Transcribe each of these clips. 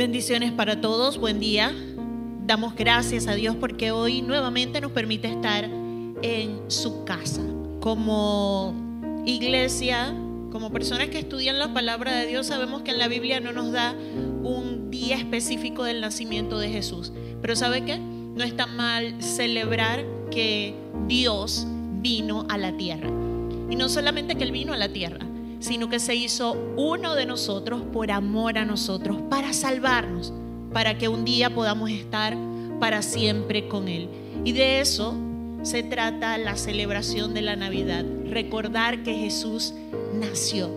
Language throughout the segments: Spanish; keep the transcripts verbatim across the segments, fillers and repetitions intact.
Bendiciones para todos, buen día. Damos gracias a Dios porque hoy nuevamente nos permite estar en su casa. Como iglesia, como personas que estudian la palabra de Dios, sabemos que en la Biblia no nos da un día específico del nacimiento de Jesús. Pero ¿sabe qué? No está mal celebrar que Dios vino a la tierra. Y no solamente que Él vino a la tierra, sino que se hizo uno de nosotros por amor a nosotros, para salvarnos, para que un día podamos estar para siempre con Él. Y de eso se trata la celebración de la Navidad, recordar que Jesús nació.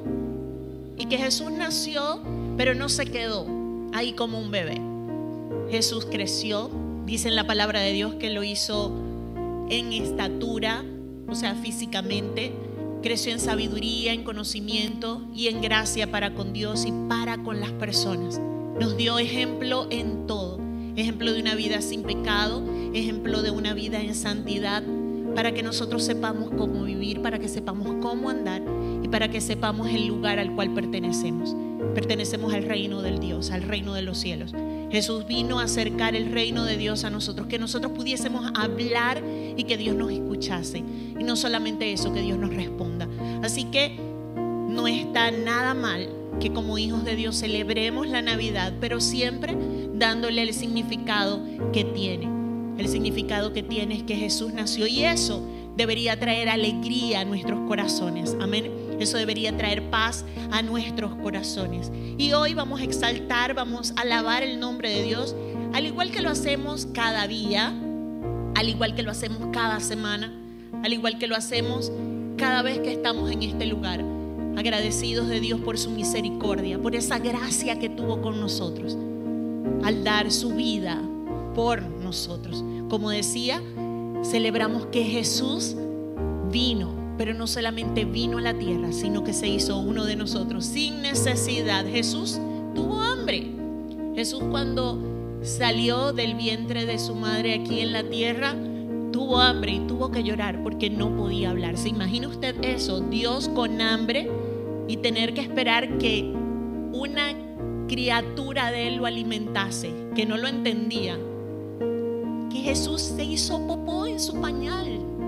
Y que Jesús nació, pero no se quedó ahí como un bebé. Jesús creció, dice en la palabra de Dios que lo hizo en estatura, o sea, físicamente. Creció en sabiduría, en conocimiento y en gracia para con Dios y para con las personas. Nos dio ejemplo en todo. Ejemplo de una vida sin pecado, ejemplo de una vida en santidad, para que nosotros sepamos cómo vivir, para que sepamos cómo andar y para que sepamos el lugar al cual pertenecemos. Pertenecemos al reino del Dios, al reino de los cielos. Jesús vino a acercar el reino de Dios a nosotros, que nosotros pudiésemos hablar y que Dios nos escuchase. Y no solamente eso, que Dios nos responda. Así que no está nada mal que como hijos de Dios celebremos la Navidad, pero siempre dándole el significado que tiene. El significado que tiene es que Jesús nació, y eso debería traer alegría a nuestros corazones. Amén. Eso debería traer paz a nuestros corazones. Y hoy vamos a exaltar, vamos a alabar el nombre de Dios, al igual que lo hacemos cada día, al igual que lo hacemos cada semana, al igual que lo hacemos cada vez que estamos en este lugar. Agradecidos de Dios por su misericordia, por esa gracia que tuvo con nosotros, al dar su vida por nosotros. Como decía, celebramos que Jesús vino. Pero no solamente vino a la tierra, sino que se hizo uno de nosotros sin necesidad. Jesús tuvo hambre. Jesús, cuando salió del vientre de su madre aquí en la tierra, tuvo hambre y tuvo que llorar porque no podía hablar. ¿Se imagina usted eso? Dios con hambre y tener que esperar que una criatura de Él lo alimentase, que no lo entendía. Que Jesús se hizo popó en su pañal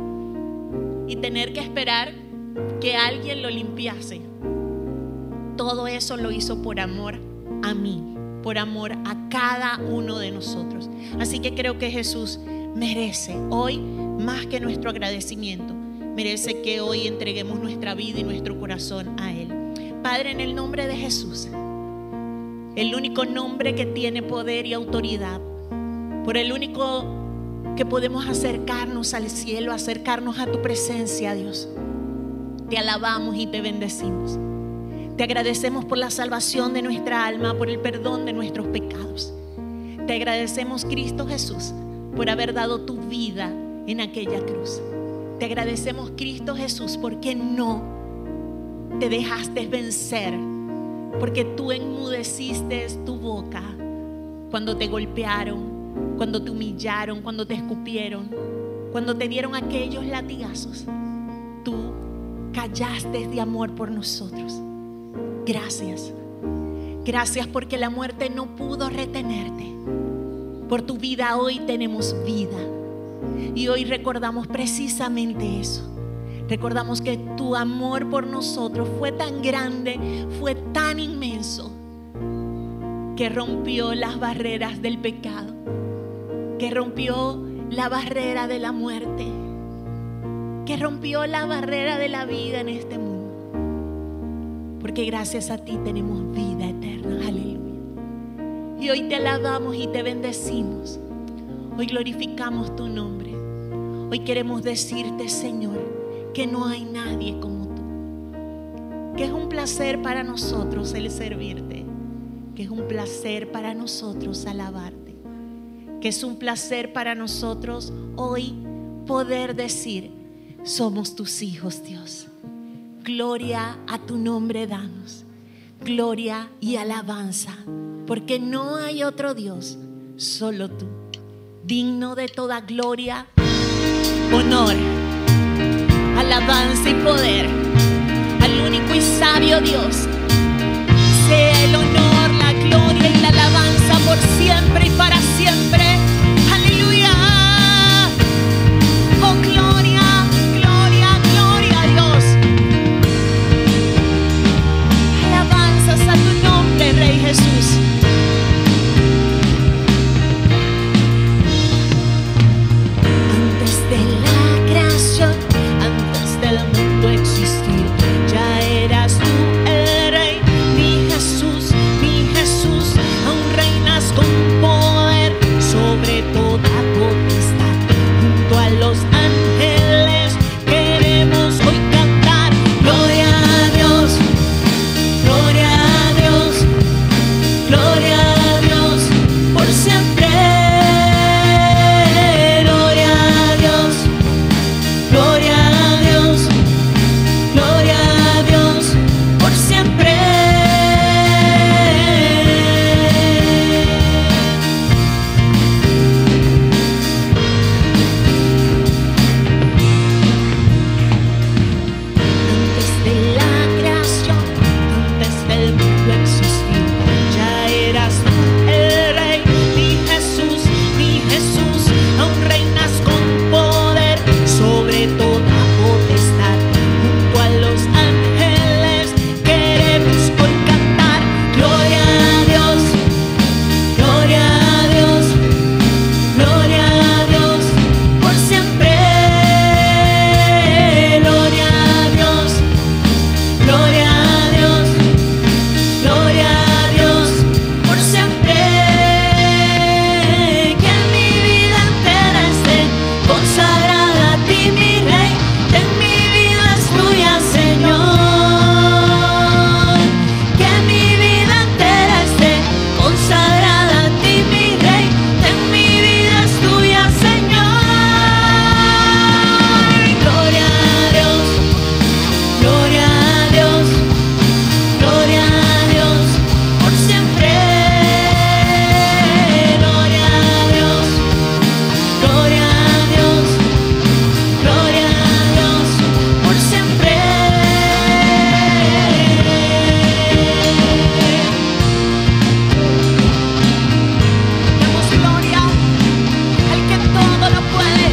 y tener que esperar que alguien lo limpiase. Todo eso lo hizo por amor a mí, por amor a cada uno de nosotros. Así que creo que Jesús merece hoy más que nuestro agradecimiento. Merece que hoy entreguemos nuestra vida y nuestro corazón a Él. Padre, en el nombre de Jesús, el único nombre que tiene poder y autoridad, por el único que podemos acercarnos al cielo, acercarnos a tu presencia, Dios. Te alabamos y te bendecimos. Te agradecemos por la salvación de nuestra alma, por el perdón de nuestros pecados. Te agradecemos, Cristo Jesús, por haber dado tu vida en aquella cruz. Te agradecemos, Cristo Jesús, porque no te dejaste vencer, porque tú enmudeciste tu boca cuando te golpearon, cuando te humillaron, cuando te escupieron, cuando te dieron aquellos latigazos. Tú callaste de amor por nosotros. Gracias. Gracias porque la muerte no pudo retenerte. Por tu vida hoy tenemos vida. Y hoy recordamos precisamente eso. Recordamos que tu amor por nosotros fue tan grande, fue tan inmenso, que rompió las barreras del pecado, que rompió la barrera de la muerte, que rompió la barrera de la vida en este mundo, porque gracias a ti tenemos vida eterna. Aleluya. Y hoy te alabamos y te bendecimos. Hoy glorificamos tu nombre. Hoy queremos decirte, Señor, que no hay nadie como tú, que es un placer para nosotros el servirte, que es un placer para nosotros alabarte, que es un placer para nosotros hoy poder decir: somos tus hijos, Dios. Gloria a tu nombre damos, gloria y alabanza, porque no hay otro Dios, solo tú, digno de toda gloria, honor, alabanza y poder. Al único y sabio Dios sea el honor, la gloria y la alabanza por siempre y para siempre. Aleluya. Oh, gloria, gloria, gloria a Dios. Alabanzas a tu nombre, Rey Jesús. Antes de la creación, antes del mundo existir, ya eras tú el Rey, mi Jesús, mi Jesús. Aún reinas con poder sobre toda potestad. Junto a los ángeles queremos hoy cantar. Gloria a Dios, gloria a Dios, gloria a Dios por siempre. Gloria a Dios, gloria a Dios, gloria a Dios por siempre. Antes de la creación, antes del mundo existir, ya eras tú el Rey, mi Jesús, mi Jesús. Aún reinas con poder sobre toda potestad. Junto a los ángeles queremos hoy cantar. Gloria a Dios, gloria a Dios, gloria a Dios por siempre. Gloria a Dios, gloria a Dios, gloria a Dios por siempre. Que mi vida entera esté consagrada a ti, mi Rey. En mi vida es tuya, Señor. Que mi vida entera esté consagrada a ti, mi Rey. En mi vida es tuya, Señor. Gloria a Dios, gloria a Dios, gloria a Dios por siempre. Gloria a Dios, gloria a Dios, gloria a Dios por siempre. Damos gloria al que todo lo puede,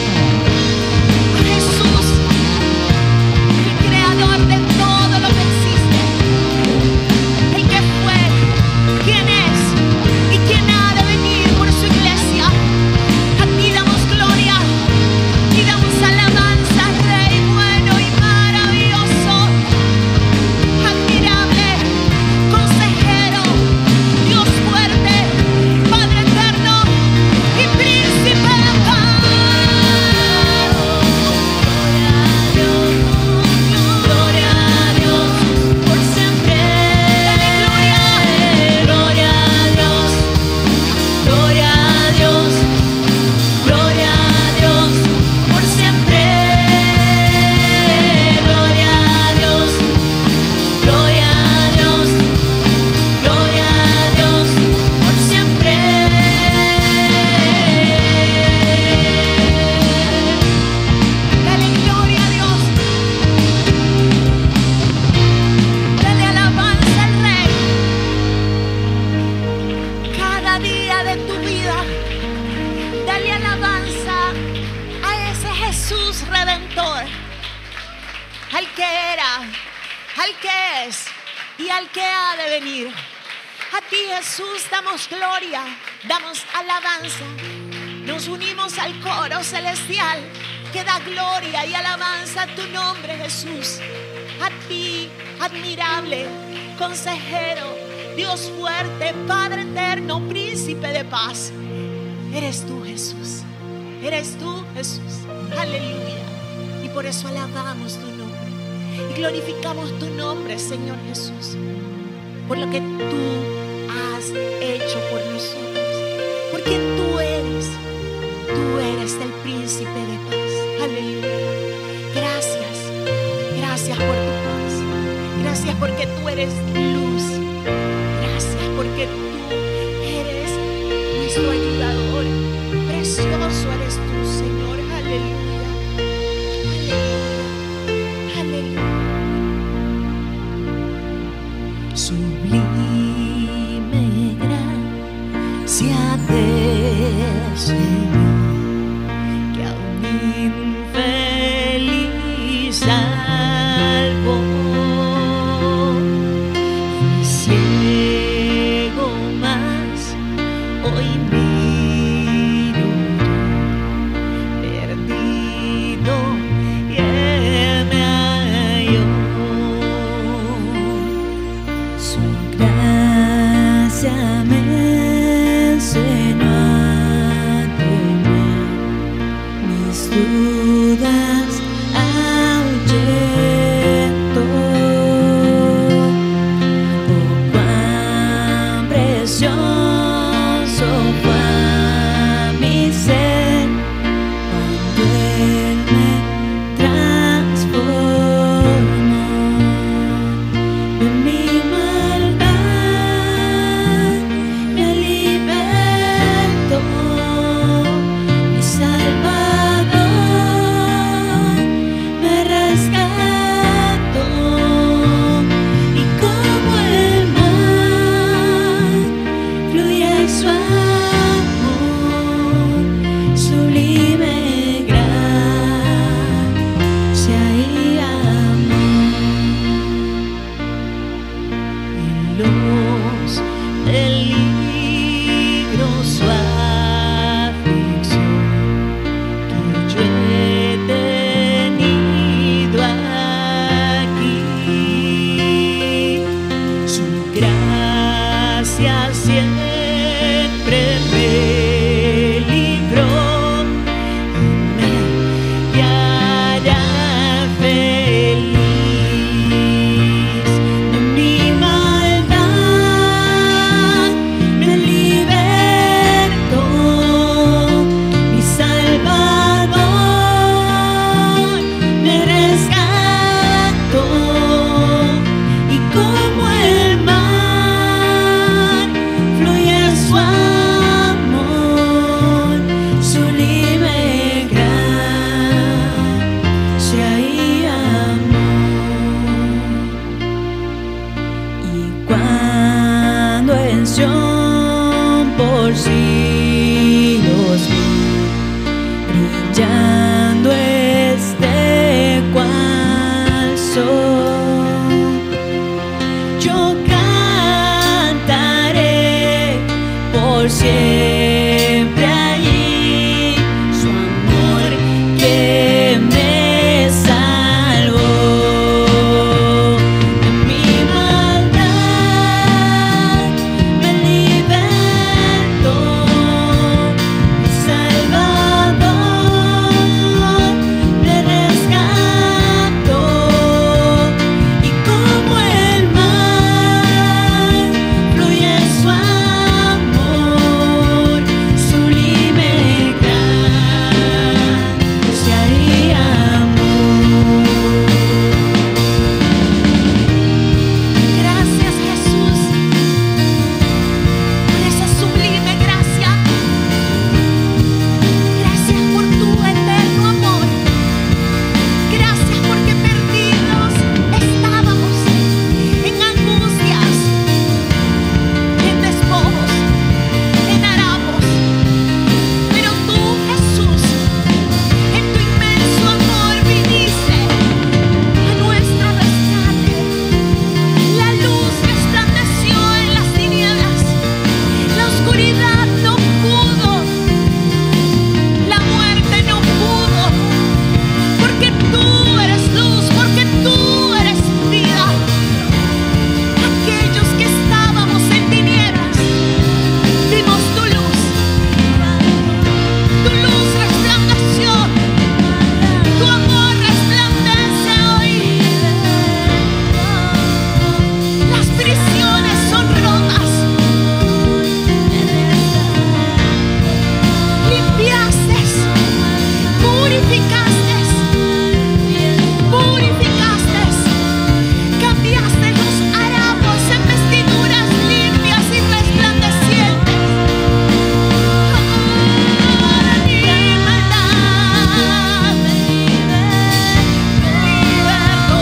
a Jesús, el creador de todo lo que existe, el que fue, quien es y quien ha de venir por su iglesia. A ti damos gloria y damos alabanza, Rey bueno y maravilloso, admirable, consejero, Dios fuerte, Padre eterno y príncipe de paz. Gloria a Dios por siempre. Gloria a Dios, gloria a Dios, gloria a Dios por siempre. Gloria a Dios, gloria a Dios, gloria a Dios por siempre. Dale gloria a Dios, dale alabanza al Rey. Cada día de tu vida, dale alabanza a ese Jesús Redentor, al que era, al que es y al que ha de venir. A ti, Jesús, damos gloria, damos alabanza. Nos unimos al coro celestial que da gloria y alabanza a tu nombre, Jesús. A ti, admirable, consejero, Dios fuerte, Padre eterno, príncipe de paz. Eres tú, Jesús. Eres tú, Jesús. Aleluya. Y por eso alabamos tu nombre y glorificamos tu nombre, Señor Jesús, por lo que tú has hecho por nosotros, porque tú eres, tú eres el príncipe de paz. Aleluya. Gracias, gracias por tu paz. Gracias porque tú eres luz. Gracias porque tú eres nuestro ayudador. Precioso eres tú, Señor. Aleluya. Aleluya. Aleluya. Sublime gracia. por siglos brillando este cual sol. Yo cantaré por siempre allí su amor que me salvó de mi maldad, me libertó, mi Salvador me rescató, y como el mar fluye su amor, sublime gracia y amor. Gracias, Jesús, por esa sublime gracia. Gracias por tu eterno amor. Gracias porque perdidos estábamos en angustias, en despojos, en harapos. Pero tú, Jesús, en tu inmenso amor viniste a nuestro rescate. La luz resplandeció en las tinieblas. La oscuridad no pudo, la muerte no pudo, porque tú eres luz, porque tú eres vida. Aquellos que estábamos en tinieblas, vimos tu luz. Tu luz resplandeció, tu amor resplandece hoy. Las prisiones son rotas. Limpiaste, purificaste, purificaste, cambiaste los harapos en vestiduras limpias y resplandecientes. Ahora mi maldad me libertó,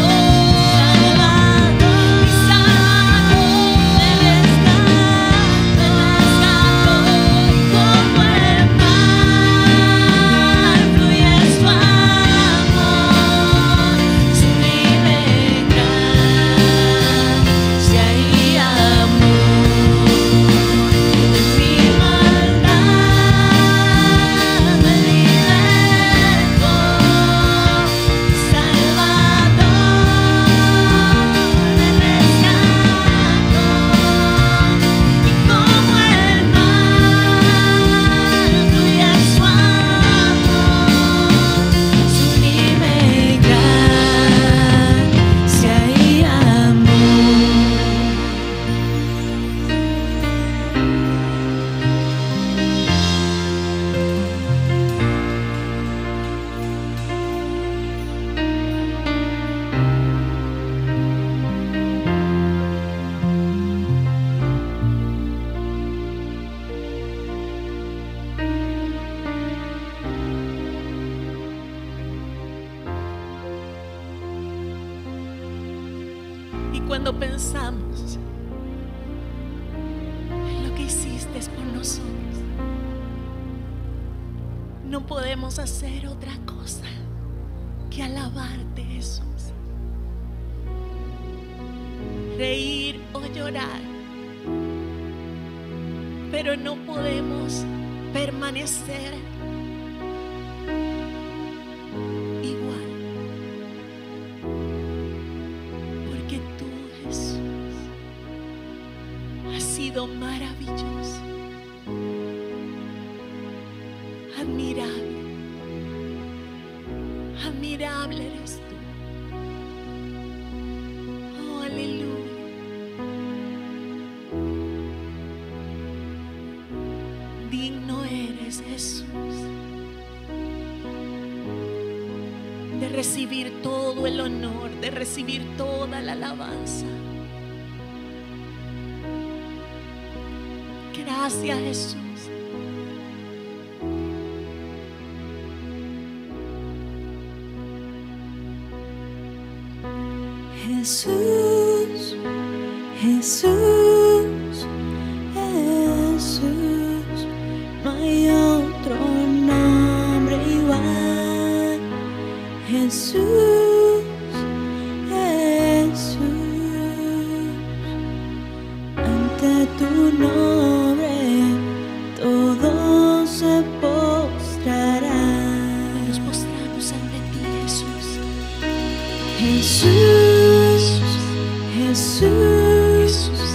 mi Salvador me rescató, y como el mar fluye su amor, sublime gracia y amor. De mi maldad me libertó, mi Salvador me rescató, y como el mar fluye su amor, sublime gracia y amor. Y cuando pensamos en lo que hiciste por nosotros, no podemos hacer otra cosa que alabarte, Jesús. Reír o llorar, pero no podemos permanecer igual, porque tú, Jesús, has sido maravilloso, admirable, admirable eres tú. Oh, aleluya. Digno eres, Jesús, de recibir todo el honor, de recibir toda la alabanza. Gracias, Jesús. Jesús, Jesús, Jesús. Jesús, Jesús, ante tu nombre todo se postrará. Nos postramos ante ti, Jesús. Jesús, Jesús, Jesús.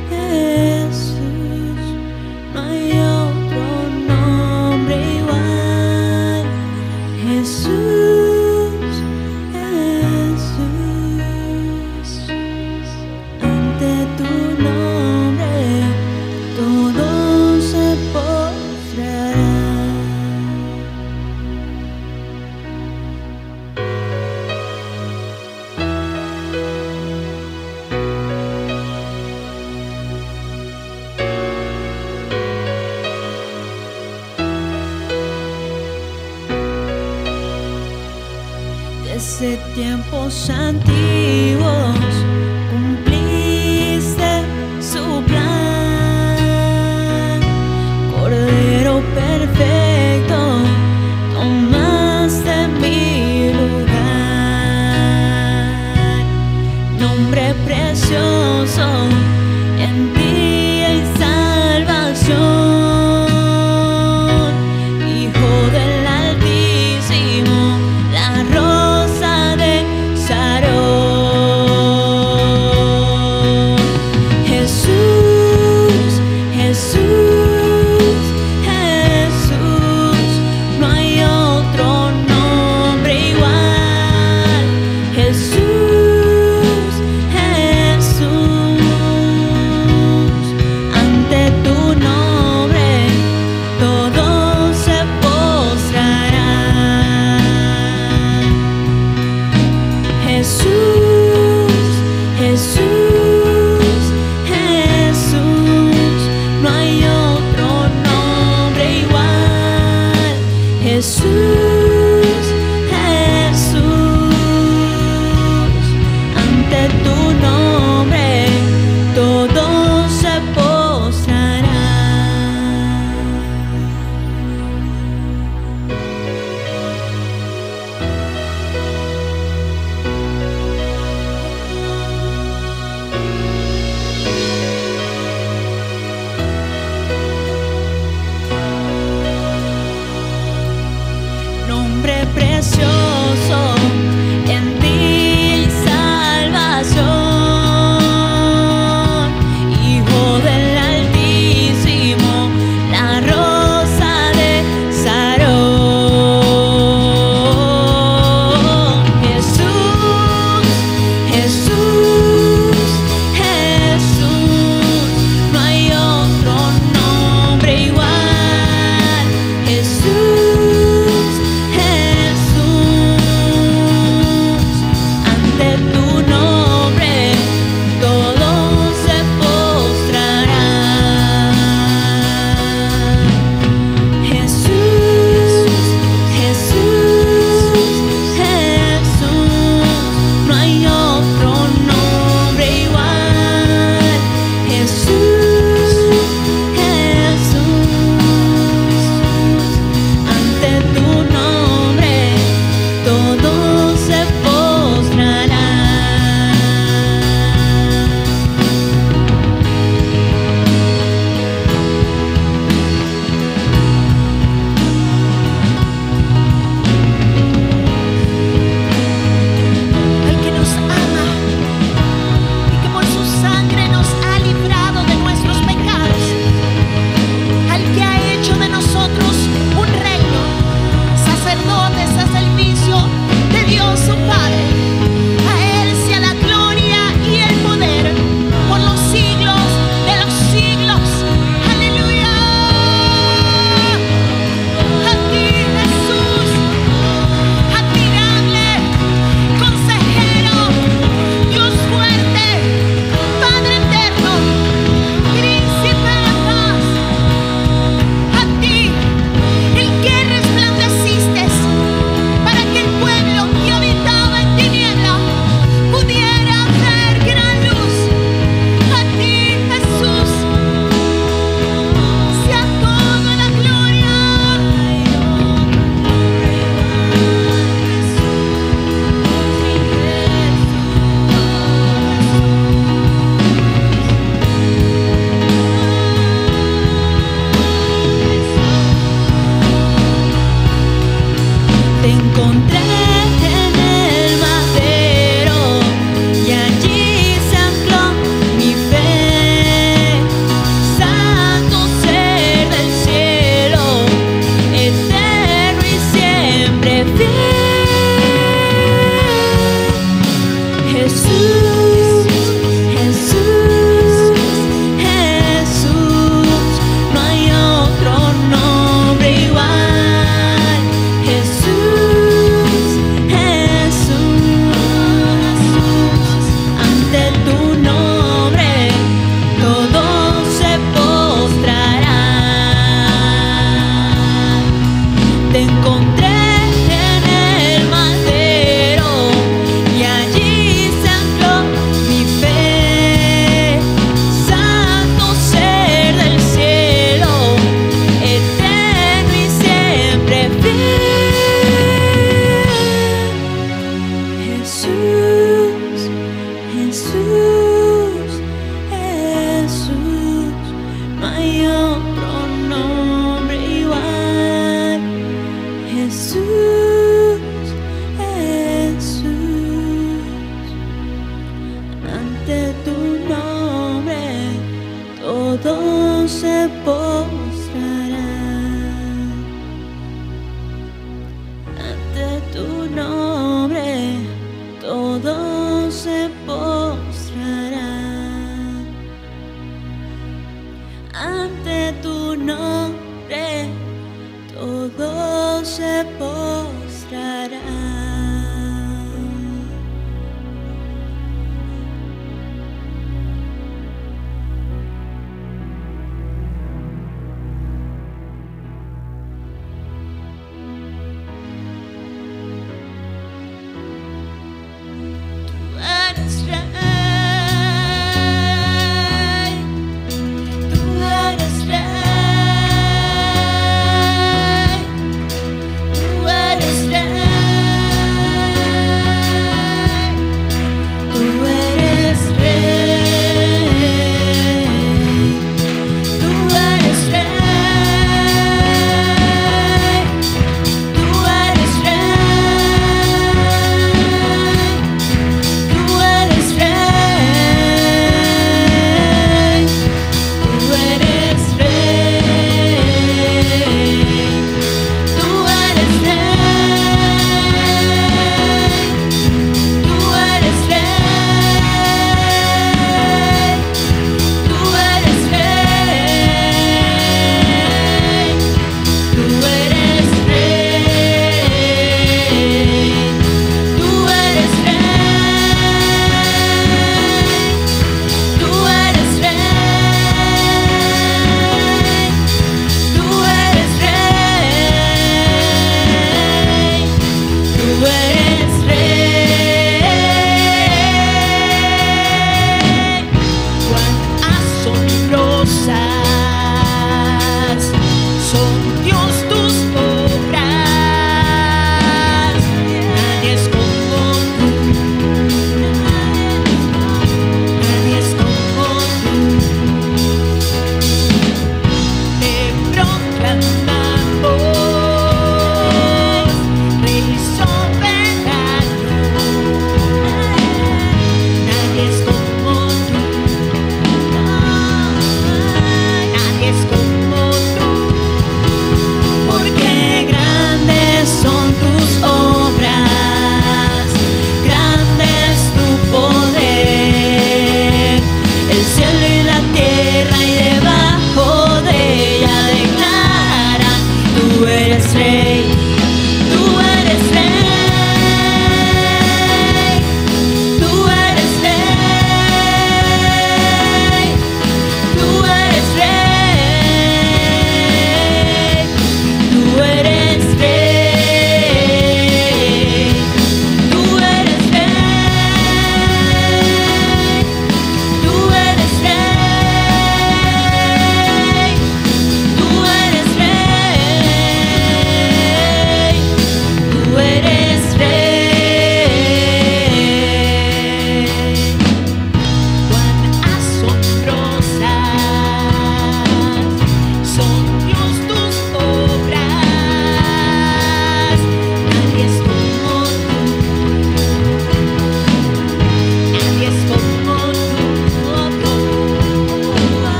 Jesús, no hay otro nombre igual. Jesús, Jesús, ante tu nombre todo se postrará. Desde tiempos antiguos cumpliste su plan, Cordero perfecto, tomaste mi lugar, nombre precioso, en ti hay salvación, Hijo del Altísimo, la rosa de Sarón. Jesús, Jesús, Jesús, no hay otro nombre igual. Jesús, Jesús,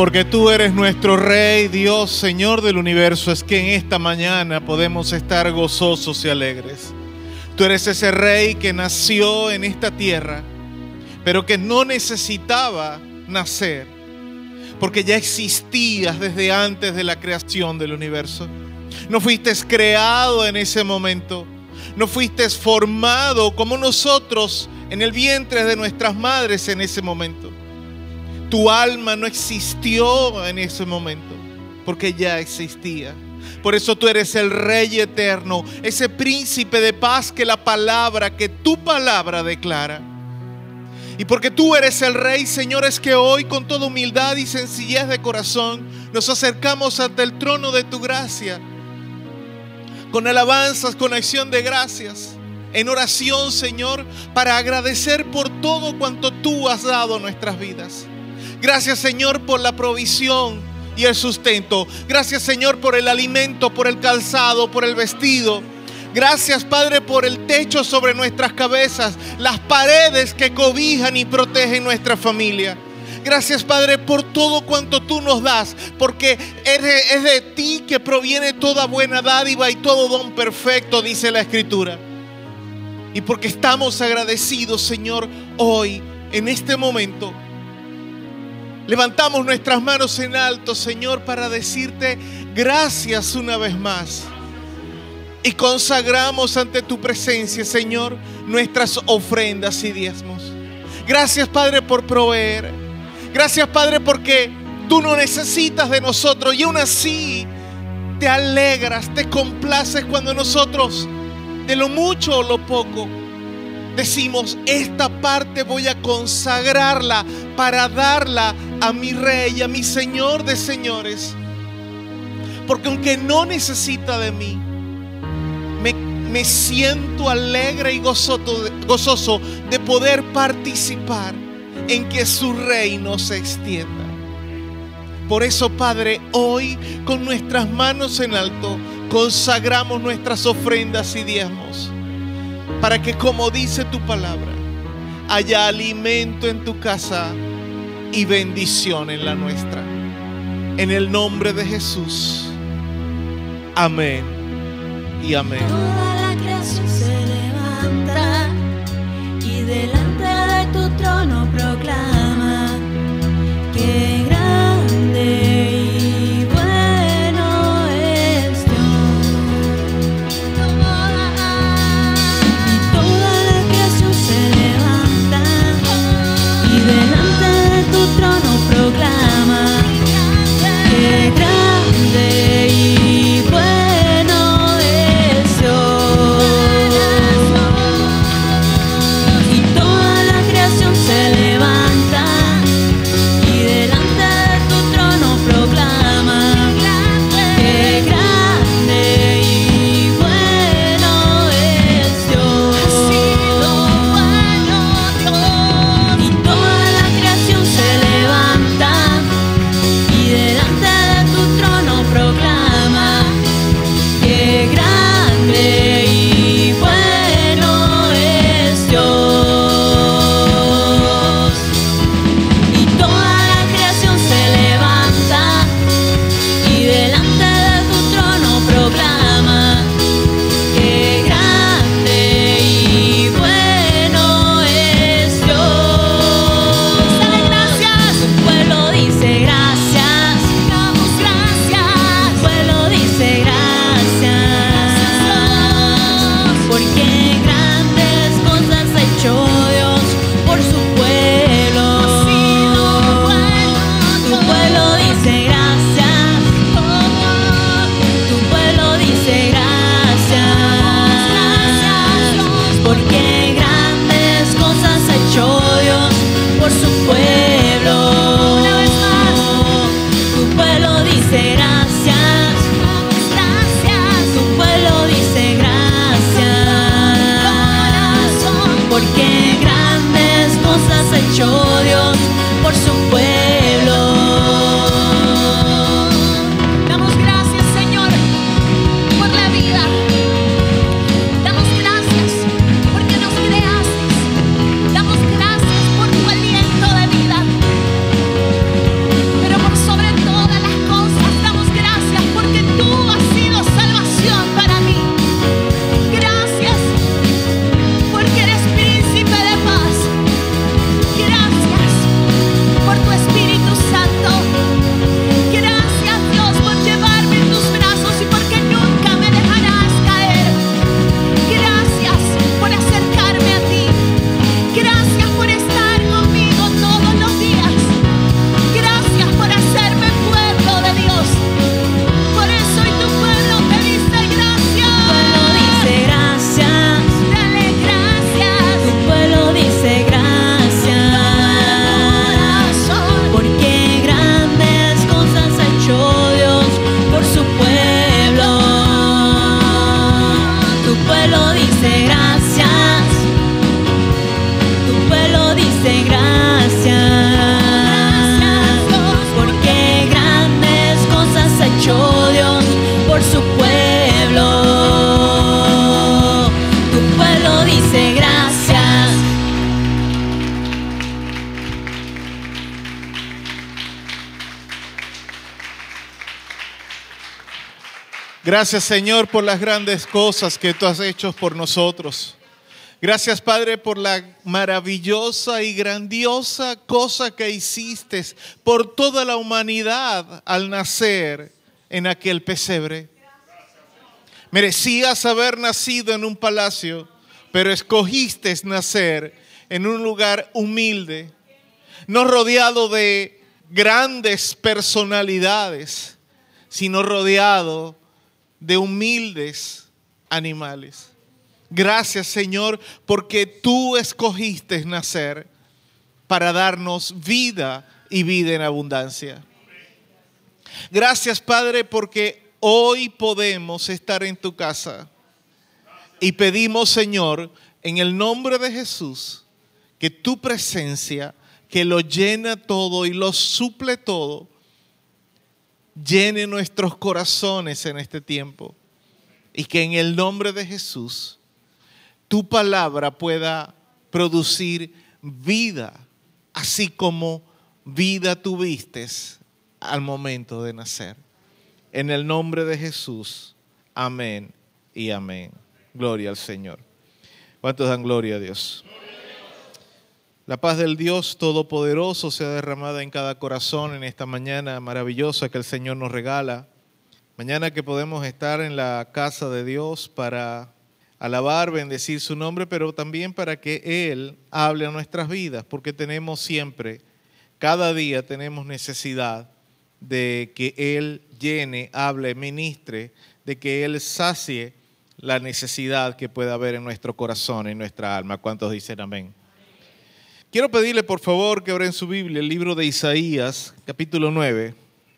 Porque tú eres nuestro Rey, Dios, Señor del universo, es que en esta mañana podemos estar gozosos y alegres. Tú eres ese Rey que nació en esta tierra, pero que no necesitaba nacer, porque ya existías desde antes de la creación del universo. No fuiste creado en ese momento, no fuiste formado como nosotros en el vientre de nuestras madres en ese momento. Tu alma no existió en ese momento, porque ya existía. Por eso tú eres el Rey eterno, ese príncipe de paz que la palabra, que tu palabra declara. Y porque tú eres el Rey, Señor, es que hoy con toda humildad y sencillez de corazón nos acercamos ante el trono de tu gracia, con alabanzas, con acción de gracias, en oración, Señor, para agradecer por todo cuanto tú has dado a nuestras vidas. Gracias, Señor, por la provisión y el sustento. Gracias, Señor, por el alimento, por el calzado, por el vestido. Gracias, Padre, por el techo sobre nuestras cabezas, las paredes que cobijan y protegen nuestra familia. Gracias, Padre, por todo cuanto tú nos das, porque es de, es de ti que proviene toda buena dádiva y todo don perfecto, dice la Escritura. Y porque estamos agradecidos, Señor, hoy, en este momento, levantamos nuestras manos en alto, Señor, para decirte gracias una vez más. Y consagramos ante tu presencia, Señor, nuestras ofrendas y diezmos. Gracias, Padre, por proveer. Gracias, Padre, porque tú no necesitas de nosotros y aún así te alegras, te complaces cuando nosotros, de lo mucho o lo poco, decimos, esta parte voy a consagrarla para darla a mi Rey, a mi Señor de señores. Porque aunque no necesita de mí, me, me siento alegre y gozoso de, gozoso de poder participar en que su reino se extienda. Por eso, Padre, hoy con nuestras manos en alto consagramos nuestras ofrendas y diezmos, para que, como dice tu palabra, haya alimento en tu casa y bendición en la nuestra. En el nombre de Jesús. Amén y amén. Toda la creación se levanta y delante de tu trono proclama que grande y bueno es Dios. Y toda la creación se levanta y delante de tu trono proclama que grande y bueno es Dios. Y toda la creación se levanta y delante de tu trono proclama que grande y bueno es Dios. Y toda la creación se levanta y delante de tu trono proclama que grande y bueno es Dios. Y toda la creación se levanta y delante de tu trono proclama que grande y bueno es Dios. Dale gracias. Tu pueblo dice gracias. Damos gracias. Tu pueblo dice gracias. Porque grandes cosas ha hecho Dios por su pueblo. Tu pueblo dice gracias. Tu pueblo dice gracias. Porque grandes cosas ha hecho Dios por su pueblo. Una vez más. Tu pueblo dice gracias. Tu pueblo dice gracias. Porque grandes cosas ha hecho Dios por su pueblo. Damos gracias, Señor, por la vida. Damos gracias porque nos creaste. Damos gracias por tu aliento de vida. Pero por sobre Gracias, Señor, por las grandes cosas que tú has hecho por nosotros. Gracias, Padre, por la maravillosa y grandiosa cosa que hiciste por toda la humanidad al nacer en aquel pesebre. Merecías haber nacido en un palacio, pero escogiste nacer en un lugar humilde, no rodeado de grandes personalidades, sino rodeado de humildes animales. Gracias, Señor, porque tú escogiste nacer para darnos vida y vida en abundancia. Gracias, Padre, porque hoy podemos estar en tu casa y pedimos, Señor, en el nombre de Jesús, que tu presencia, que lo llena todo y lo suple todo, llene nuestros corazones en este tiempo y que en el nombre de Jesús tu palabra pueda producir vida, así como vida tuviste al momento de nacer. En el nombre de Jesús, amén y amén. Gloria al Señor. ¿Cuántos dan gloria a Dios? La paz del Dios Todopoderoso sea derramada en cada corazón en esta mañana maravillosa que el Señor nos regala. Mañana que podemos estar en la casa de Dios para alabar, bendecir su nombre, pero también para que Él hable a nuestras vidas, porque tenemos siempre, cada día tenemos necesidad de que Él llene, hable, ministre, de que Él sacie la necesidad que pueda haber en nuestro corazón, en nuestra alma. ¿Cuántos dicen amén? Quiero pedirle por favor que abran su Biblia, el libro de Isaías, capítulo nueve.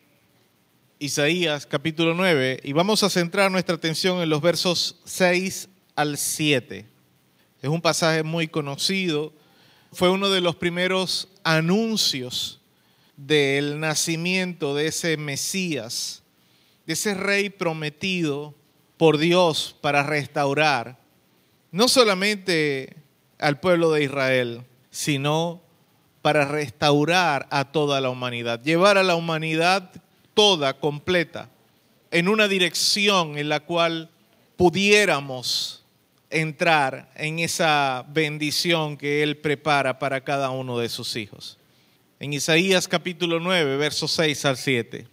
Isaías, capítulo nueve, y vamos a centrar nuestra atención en los versos seis al siete. Es un pasaje muy conocido, fue uno de los primeros anuncios del nacimiento de ese Mesías, de ese rey prometido por Dios para restaurar no solamente al pueblo de Israel, sino para restaurar a toda la humanidad, llevar a la humanidad toda completa en una dirección en la cual pudiéramos entrar en esa bendición que Él prepara para cada uno de sus hijos. En Isaías capítulo nueve, versos seis al siete.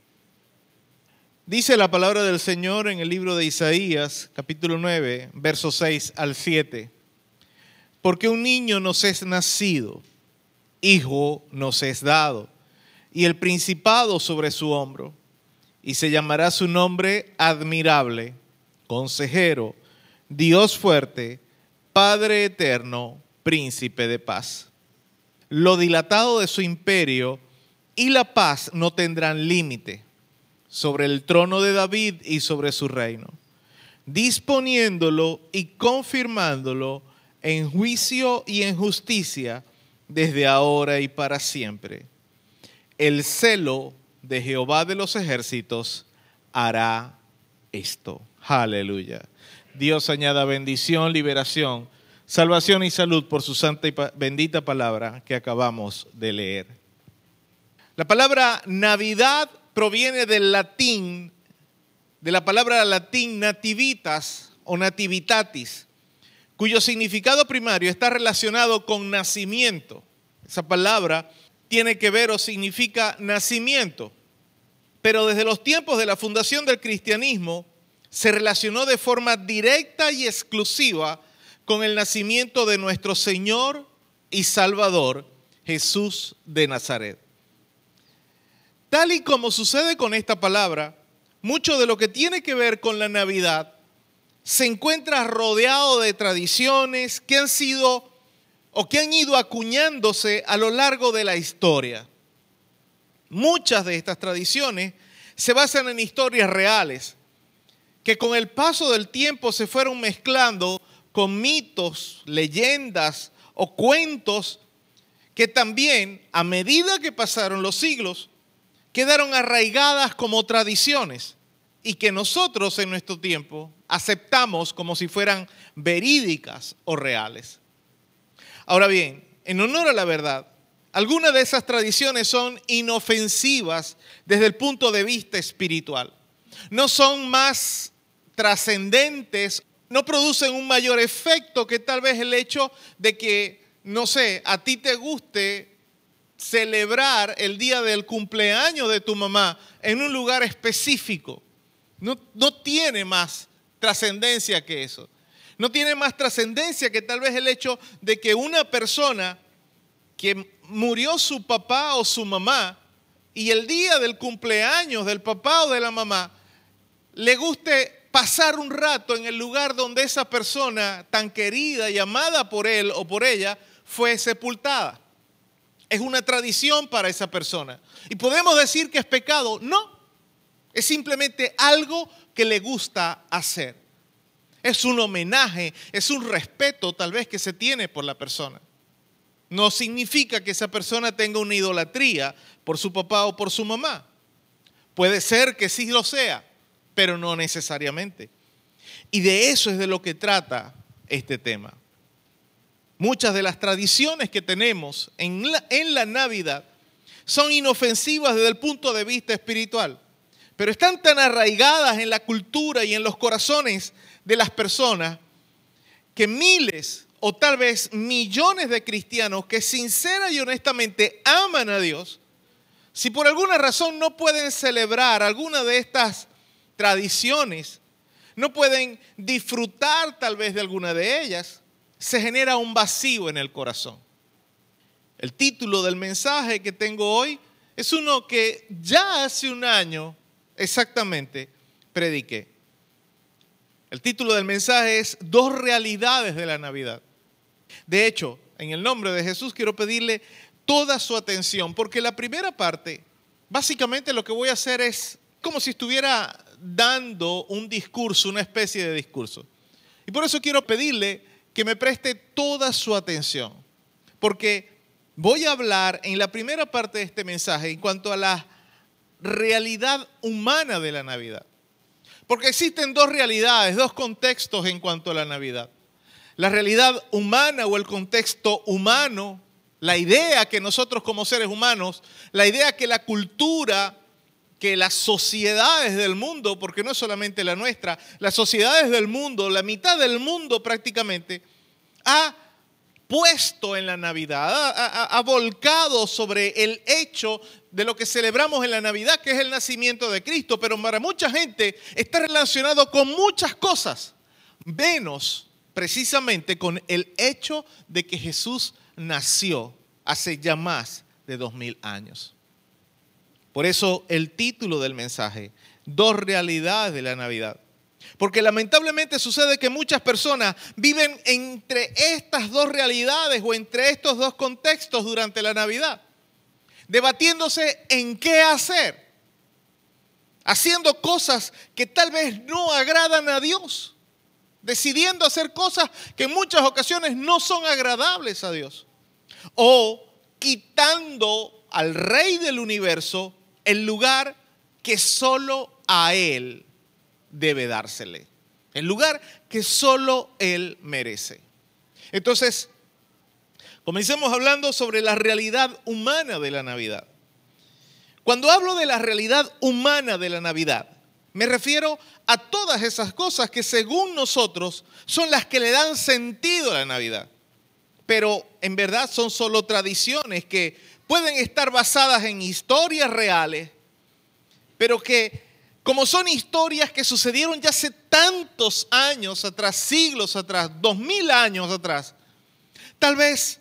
Dice la palabra del Señor en el libro de Isaías, capítulo nueve, versos seis al siete. Porque un niño nos es nacido, hijo nos es dado, y el principado sobre su hombro, y se llamará su nombre admirable, consejero, Dios fuerte, Padre eterno, príncipe de paz. Lo dilatado de su imperio y la paz no tendrán límite sobre el trono de David y sobre su reino, disponiéndolo y confirmándolo en juicio y en justicia desde ahora y para siempre. El celo de Jehová de los ejércitos hará esto. Aleluya. Dios añada bendición, liberación, salvación y salud por su santa y bendita palabra que acabamos de leer. La palabra Navidad proviene del latín, de la palabra latín nativitas o nativitatis, cuyo significado primario está relacionado con nacimiento. Esa palabra tiene que ver o significa nacimiento, pero desde los tiempos de la fundación del cristianismo se relacionó de forma directa y exclusiva con el nacimiento de nuestro Señor y Salvador, Jesús de Nazaret. Tal y como sucede con esta palabra, mucho de lo que tiene que ver con la Navidad se encuentra rodeado de tradiciones que han sido o que han ido acuñándose a lo largo de la historia. Muchas de estas tradiciones se basan en historias reales que con el paso del tiempo se fueron mezclando con mitos, leyendas o cuentos que también, a medida que pasaron los siglos, quedaron arraigadas como tradiciones y que nosotros en nuestro tiempo aceptamos como si fueran verídicas o reales. Ahora bien, en honor a la verdad, algunas de esas tradiciones son inofensivas desde el punto de vista espiritual. no son más trascendentes, no producen un mayor efecto que tal vez el hecho de que, no sé, a ti te guste celebrar el día del cumpleaños de tu mamá en un lugar específico. No, no tiene más trascendencia que eso. No tiene más trascendencia que tal vez el hecho de que una persona que murió su papá o su mamá y el día del cumpleaños del papá o de la mamá le guste pasar un rato en el lugar donde esa persona tan querida y amada por él o por ella fue sepultada. Es una tradición para esa persona. ¿Y podemos decir que es pecado? No. Es simplemente algo que le gusta hacer. Es un homenaje, es un respeto tal vez que se tiene por la persona. No significa que esa persona tenga una idolatría por su papá o por su mamá. Puede ser que sí lo sea, pero no necesariamente. Y de eso es de lo que trata este tema. Muchas de las tradiciones que tenemos en la, en la Navidad son inofensivas desde el punto de vista espiritual, pero están tan arraigadas en la cultura y en los corazones de las personas que miles o tal vez millones de cristianos que sincera y honestamente aman a Dios, si por alguna razón no pueden celebrar alguna de estas tradiciones, no pueden disfrutar tal vez de alguna de ellas, se genera un vacío en el corazón. El título del mensaje que tengo hoy es uno que ya hace un año exactamente prediqué. El título del mensaje es Dos realidades de la Navidad. De hecho, en el nombre de Jesús quiero pedirle toda su atención, porque la primera parte, básicamente lo que voy a hacer es como si estuviera dando un discurso, una especie de discurso. Y por eso quiero pedirle que me preste toda su atención, porque voy a hablar en la primera parte de este mensaje en cuanto a la realidad humana de la Navidad. Porque existen dos realidades, dos contextos en cuanto a la Navidad. La realidad humana o el contexto humano, la idea que nosotros como seres humanos, la idea que la cultura, que las sociedades del mundo, porque no es solamente la nuestra, las sociedades del mundo, la mitad del mundo prácticamente, ha puesto en la Navidad, ha, ha, ha volcado sobre el hecho de lo que celebramos en la Navidad, que es el nacimiento de Cristo, pero para mucha gente está relacionado con muchas cosas, menos precisamente con el hecho de que Jesús nació hace ya más de dos mil años. Por eso el título del mensaje, Dos realidades de la Navidad. Porque lamentablemente sucede que muchas personas viven entre estas dos realidades o entre estos dos contextos durante la Navidad, debatiéndose en qué hacer, haciendo cosas que tal vez no agradan a Dios, decidiendo hacer cosas que en muchas ocasiones no son agradables a Dios, o quitando al Rey del universo el lugar que solo a Él debe dársele, el lugar que solo Él merece. Entonces, comencemos hablando sobre la realidad humana de la Navidad. Cuando hablo de la realidad humana de la Navidad, me refiero a todas esas cosas que según nosotros son las que le dan sentido a la Navidad. Pero en verdad son solo tradiciones que pueden estar basadas en historias reales, pero que como son historias que sucedieron ya hace tantos años atrás, siglos atrás, dos mil años atrás, tal vez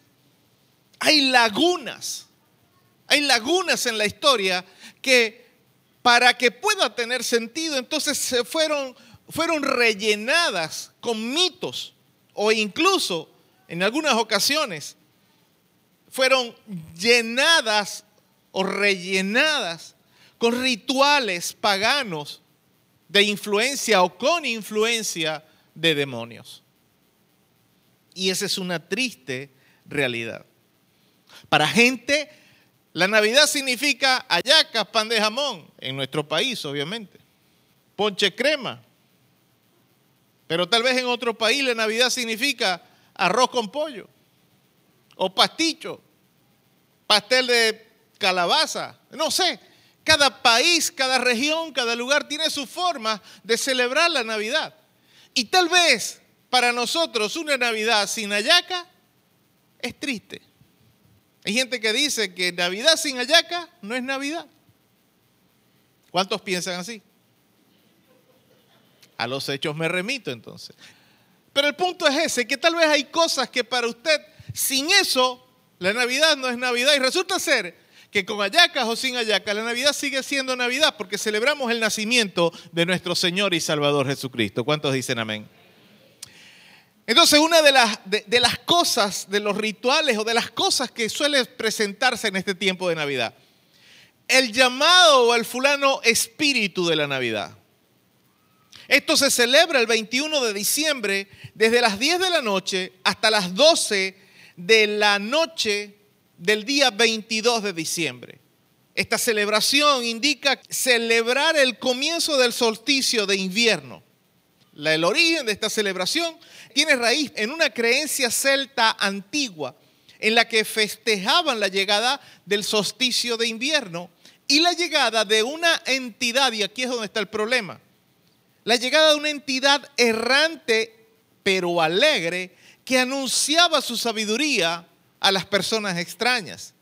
hay lagunas, hay lagunas en la historia que para que pueda tener sentido, entonces se fueron, fueron rellenadas con mitos o incluso en algunas ocasiones fueron llenadas o rellenadas con rituales paganos de influencia o con influencia de demonios. Y esa es una triste realidad. Para gente, la Navidad significa hallacas, pan de jamón, en nuestro país obviamente, ponche crema. Pero tal vez en otro país la Navidad significa arroz con pollo, o pasticho, pastel de calabaza, no sé. Cada país, cada región, cada lugar tiene su forma de celebrar la Navidad. Y tal vez para nosotros una Navidad sin hallaca es triste. Hay gente que dice que Navidad sin hallaca no es Navidad. ¿Cuántos piensan así? A los hechos me remito entonces. Pero el punto es ese, que tal vez hay cosas que para usted, sin eso, la Navidad no es Navidad. Y resulta ser que con hallacas o sin hallacas, la Navidad sigue siendo Navidad porque celebramos el nacimiento de nuestro Señor y Salvador Jesucristo. ¿Cuántos dicen amén? Entonces, una de las, de, de las cosas, de los rituales o de las cosas que suele presentarse en este tiempo de Navidad, el llamado o el fulano espíritu de la Navidad. Esto se celebra el veintiuno de diciembre desde las diez de la noche hasta las doce de la noche del día veintidós de diciembre. Esta celebración indica celebrar el comienzo del solsticio de invierno. La, el origen de esta celebración tiene raíz en una creencia celta antigua en la que festejaban la llegada del solsticio de invierno y la llegada de una entidad, y aquí es donde está el problema, la llegada de una entidad errante pero alegre que anunciaba su sabiduría a las personas extrañas.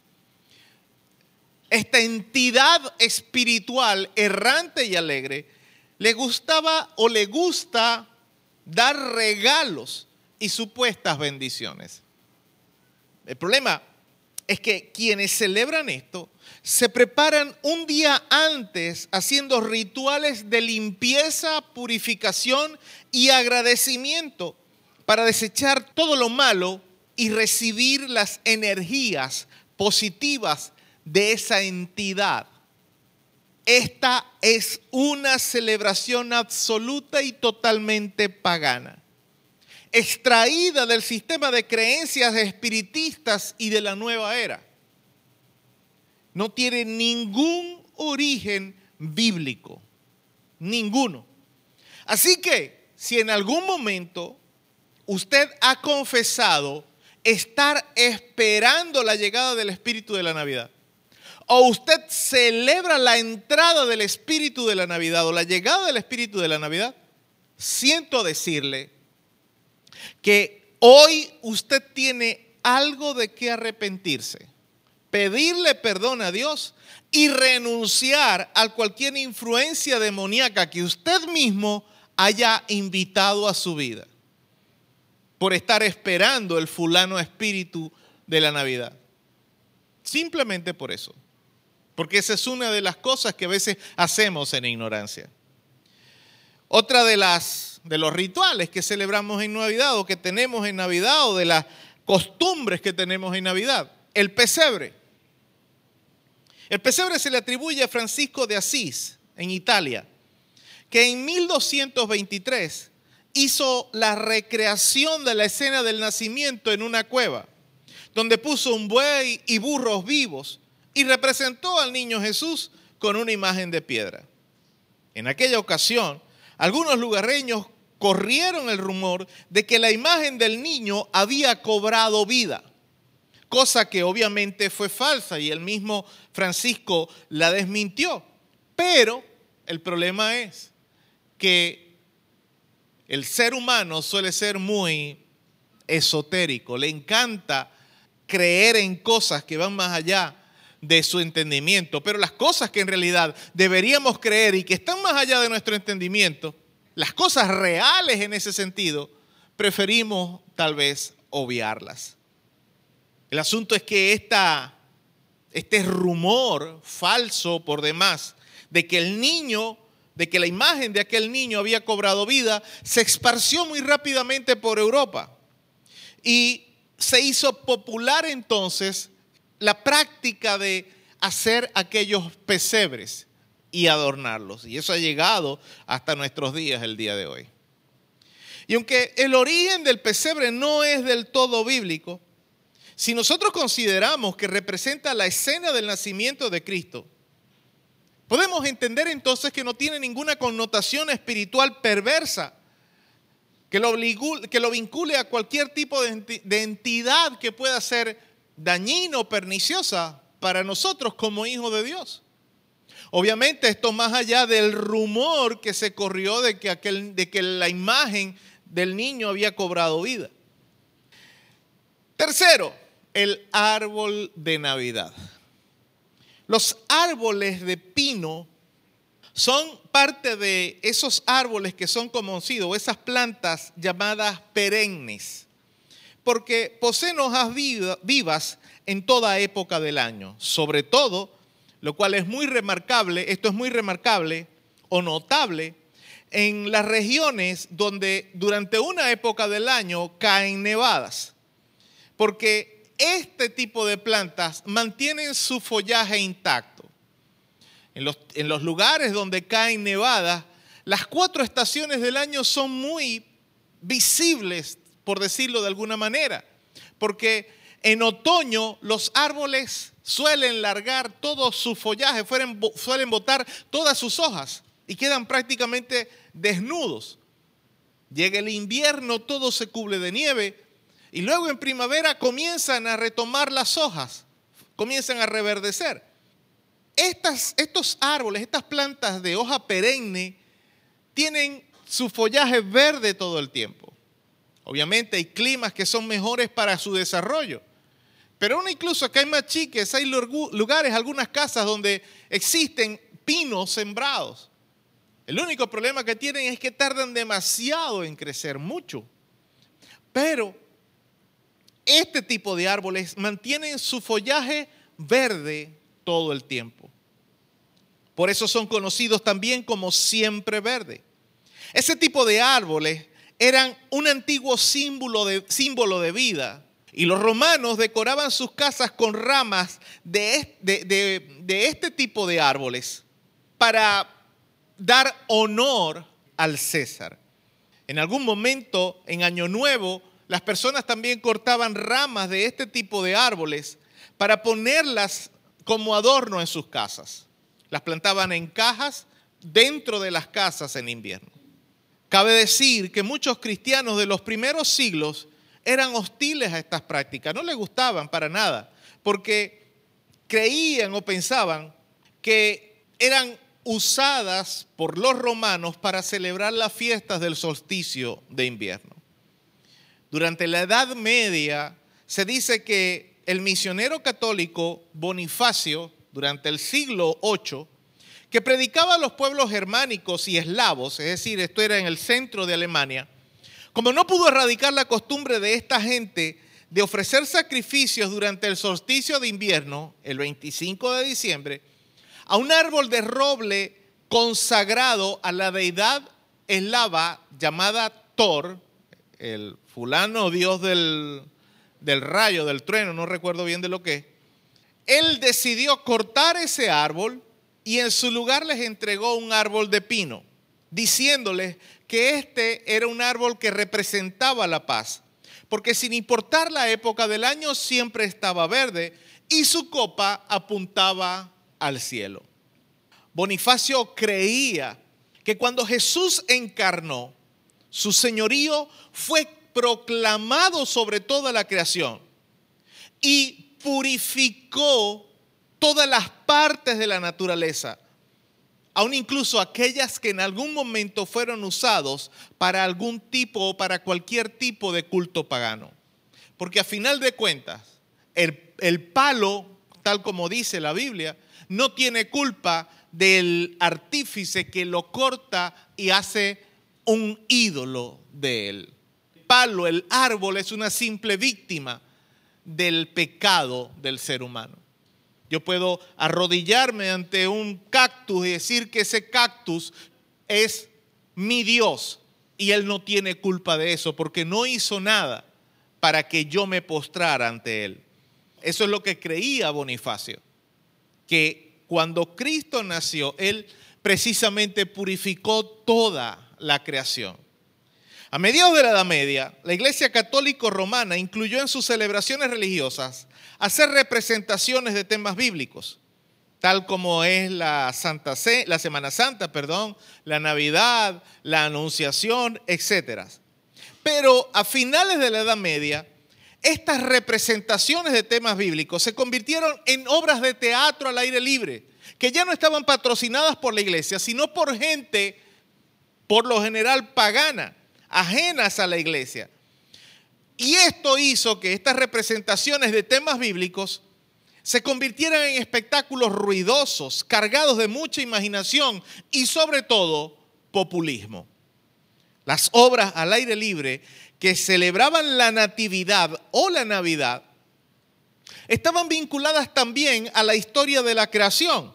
Esta entidad espiritual errante y alegre le gustaba o le gusta dar regalos y supuestas bendiciones. El problema es que quienes celebran esto se preparan un día antes haciendo rituales de limpieza, purificación y agradecimiento para desechar todo lo malo y recibir las energías positivas de esa entidad. Esta es una celebración absoluta y totalmente pagana, extraída del sistema de creencias espiritistas y de la nueva era. No tiene ningún origen bíblico, ninguno. Así que, si en algún momento usted ha confesado estar esperando la llegada del Espíritu de la Navidad, o usted celebra la entrada del Espíritu de la Navidad o la llegada del Espíritu de la Navidad, siento decirle que hoy usted tiene algo de qué arrepentirse, pedirle perdón a Dios y renunciar a cualquier influencia demoníaca que usted mismo haya invitado a su vida por estar esperando el fulano espíritu de la Navidad. Simplemente por eso. Porque esa es una de las cosas que a veces hacemos en ignorancia. Otra de las de los rituales que celebramos en Navidad o que tenemos en Navidad o de las costumbres que tenemos en Navidad, el pesebre. El pesebre se le atribuye a Francisco de Asís en Italia, que en mil doscientos veintitrés hizo la recreación de la escena del nacimiento en una cueva, donde puso un buey y burros vivos y representó al niño Jesús con una imagen de piedra. En aquella ocasión, algunos lugareños corrieron el rumor de que la imagen del niño había cobrado vida, cosa que obviamente fue falsa y el mismo Francisco la desmintió. Pero el problema es que el ser humano suele ser muy esotérico, le encanta creer en cosas que van más allá de su entendimiento, pero las cosas que en realidad deberíamos creer y que están más allá de nuestro entendimiento, las cosas reales en ese sentido, preferimos tal vez obviarlas. El asunto es que esta, este rumor falso por demás de que el niño, de que la imagen de aquel niño había cobrado vida, se esparció muy rápidamente por Europa y se hizo popular entonces la práctica de hacer aquellos pesebres y adornarlos. Y eso ha llegado hasta nuestros días, el día de hoy. Y aunque el origen del pesebre no es del todo bíblico, si nosotros consideramos que representa la escena del nacimiento de Cristo, podemos entender entonces que no tiene ninguna connotación espiritual perversa que lo, que lo vincule a cualquier tipo de entidad que pueda ser dañina o perniciosa para nosotros como hijos de Dios. Obviamente esto más allá del rumor que se corrió de que, aquel, de que la imagen del niño había cobrado vida. Tercero, el árbol de Navidad. Los árboles de pino son parte de esos árboles que son conocidos, esas plantas llamadas perennes, porque poseen hojas vivas en toda época del año. Sobre todo, lo cual es muy remarcable, esto es muy remarcable o notable, en las regiones donde durante una época del año caen nevadas, porque este tipo de plantas mantienen su follaje intacto. En los, en los lugares donde caen nevadas, las cuatro estaciones del año son muy visibles, por decirlo de alguna manera, porque en otoño los árboles suelen largar todo su follaje, suelen, suelen botar todas sus hojas y quedan prácticamente desnudos. Llega el invierno, todo se cubre de nieve y luego en primavera comienzan a retomar las hojas, comienzan a reverdecer. Estas, estos árboles, estas plantas de hoja perenne, tienen su follaje verde todo el tiempo. Obviamente hay climas que son mejores para su desarrollo. Pero aún incluso acá hay machiques, hay lugares, algunas casas donde existen pinos sembrados. El único problema que tienen es que tardan demasiado en crecer, mucho. Pero este tipo de árboles mantienen su follaje verde todo el tiempo. Por eso son conocidos también como siempre verde. Ese tipo de árboles eran un antiguo símbolo de, símbolo de vida. Y los romanos decoraban sus casas con ramas de, de, de, de este tipo de árboles para dar honor al César. En algún momento, en Año Nuevo, las personas también cortaban ramas de este tipo de árboles para ponerlas como adorno en sus casas. Las plantaban en cajas dentro de las casas en invierno. Cabe decir que muchos cristianos de los primeros siglos eran hostiles a estas prácticas, no les gustaban para nada, porque creían o pensaban que eran usadas por los romanos para celebrar las fiestas del solsticio de invierno. Durante la Edad Media se dice que el misionero católico Bonifacio, durante el siglo ocho, que predicaba a los pueblos germánicos y eslavos, es decir, esto era en el centro de Alemania, como no pudo erradicar la costumbre de esta gente de ofrecer sacrificios durante el solsticio de invierno, el veinticinco de diciembre, a un árbol de roble consagrado a la deidad eslava llamada Thor, el fulano dios del, del rayo, del trueno, no recuerdo bien de lo que es, él decidió cortar ese árbol y en su lugar les entregó un árbol de pino, diciéndoles que este era un árbol que representaba la paz, porque sin importar la época del año siempre estaba verde y su copa apuntaba al cielo. Bonifacio creía que cuando Jesús encarnó, su señorío fue proclamado sobre toda la creación y purificó todas las partes de la naturaleza, aun incluso aquellas que en algún momento fueron usados para algún tipo o para cualquier tipo de culto pagano. Porque a final de cuentas, el, el palo, tal como dice la Biblia, no tiene culpa del artífice que lo corta y hace un ídolo de él. El palo, el árbol, es una simple víctima del pecado del ser humano. Yo puedo arrodillarme ante un cactus y decir que ese cactus es mi Dios y Él no tiene culpa de eso porque no hizo nada para que yo me postrara ante Él. Eso es lo que creía Bonifacio, que cuando Cristo nació, Él precisamente purificó toda la creación. A mediados de la Edad Media, la Iglesia Católica Romana incluyó en sus celebraciones religiosas hacer representaciones de temas bíblicos, tal como es la, Santa C- la Semana Santa, perdón, la Navidad, la Anunciación, etcétera. Pero a finales de la Edad Media, estas representaciones de temas bíblicos se convirtieron en obras de teatro al aire libre, que ya no estaban patrocinadas por la iglesia, sino por gente, por lo general pagana, ajenas a la iglesia. Y esto hizo que estas representaciones de temas bíblicos se convirtieran en espectáculos ruidosos, cargados de mucha imaginación y sobre todo populismo. Las obras al aire libre que celebraban la natividad o la Navidad estaban vinculadas también a la historia de la creación.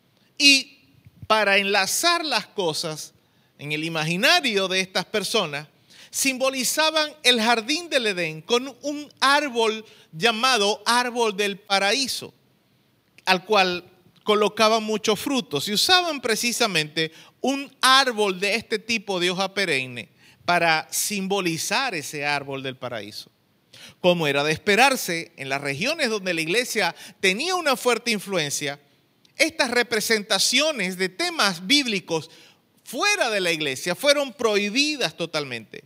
Y para enlazar las cosas en el imaginario de estas personas, simbolizaban el jardín del Edén con un árbol llamado árbol del paraíso, al cual colocaban muchos frutos y usaban precisamente un árbol de este tipo de hoja perenne para simbolizar ese árbol del paraíso. Como era de esperarse, en las regiones donde la iglesia tenía una fuerte influencia, estas representaciones de temas bíblicos fuera de la iglesia fueron prohibidas totalmente.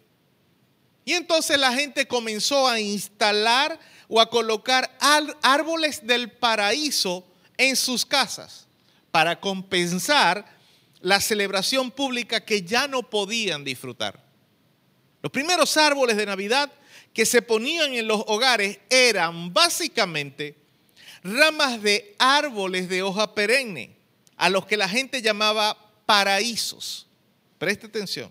Y entonces la gente comenzó a instalar o a colocar árboles del paraíso en sus casas para compensar la celebración pública que ya no podían disfrutar. Los primeros árboles de Navidad que se ponían en los hogares eran básicamente ramas de árboles de hoja perenne, a los que la gente llamaba paraísos. Preste atención.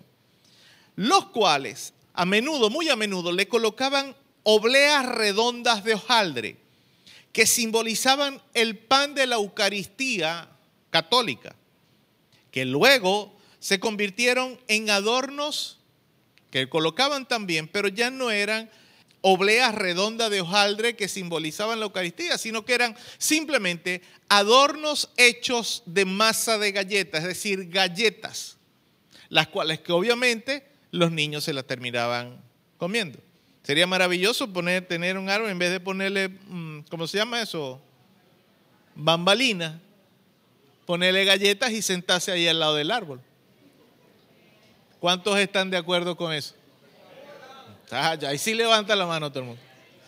Los cuales a menudo, muy a menudo, le colocaban obleas redondas de hojaldre que simbolizaban el pan de la Eucaristía católica, que luego se convirtieron en adornos que colocaban también, pero ya no eran obleas redondas de hojaldre que simbolizaban la Eucaristía, sino que eran simplemente adornos hechos de masa de galletas, es decir, galletas, las cuales que obviamente los niños se las terminaban comiendo. Sería maravilloso poner, tener un árbol en vez de ponerle, ¿cómo se llama eso? Bambalina. Ponerle galletas y sentarse ahí al lado del árbol. ¿Cuántos están de acuerdo con eso? Ah, ya, ahí sí levanta la mano todo el mundo.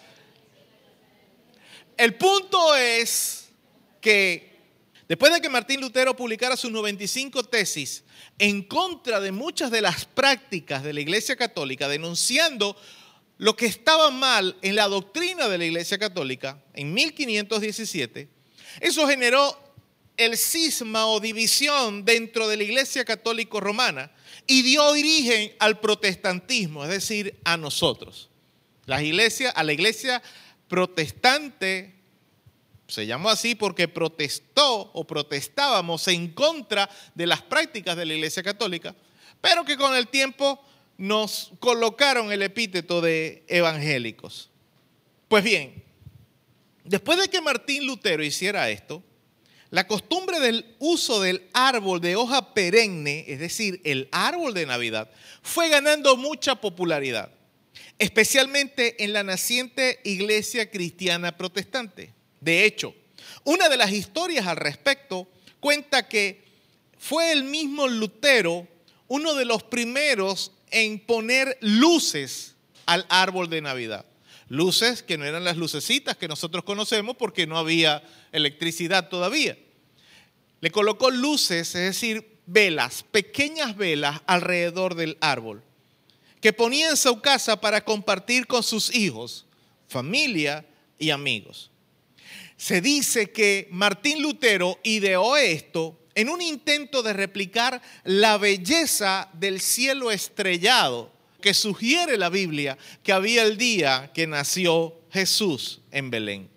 El punto es que después de que Martín Lutero publicara sus noventa y cinco tesis en contra de muchas de las prácticas de la Iglesia Católica, denunciando lo que estaba mal en la doctrina de la Iglesia Católica, en mil quinientos diecisiete, eso generó el cisma o división dentro de la Iglesia Católica Romana y dio origen al protestantismo, es decir, a nosotros. Las iglesias, a la Iglesia protestante se llamó así porque protestó o protestábamos en contra de las prácticas de la Iglesia Católica, pero que con el tiempo nos colocaron el epíteto de evangélicos. Pues bien, después de que Martín Lutero hiciera esto, la costumbre del uso del árbol de hoja perenne, es decir, el árbol de Navidad, fue ganando mucha popularidad, especialmente en la naciente iglesia cristiana protestante. De hecho, una de las historias al respecto cuenta que fue el mismo Lutero uno de los primeros en poner luces al árbol de Navidad. Luces que no eran las lucecitas que nosotros conocemos porque no había electricidad todavía. Le colocó luces, es decir, velas, pequeñas velas alrededor del árbol, que ponía en su casa para compartir con sus hijos, familia y amigos. Se dice que Martín Lutero ideó esto en un intento de replicar la belleza del cielo estrellado que sugiere la Biblia que había el día que nació Jesús en Belén.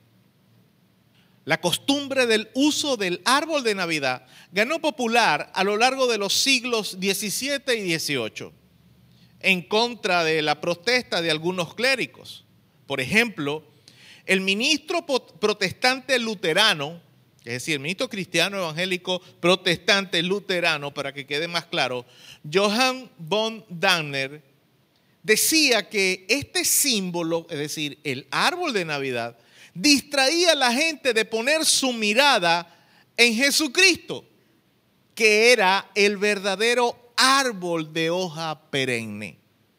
La costumbre del uso del árbol de Navidad ganó popular a lo largo de los siglos diecisiete y dieciocho en contra de la protesta de algunos clérigos. Por ejemplo, el ministro protestante luterano, es decir, el ministro cristiano evangélico protestante luterano, para que quede más claro, Johann von Danner, decía que este símbolo, es decir, el árbol de Navidad, distraía a la gente de poner su mirada en Jesucristo, que era el verdadero árbol de hoja perenne.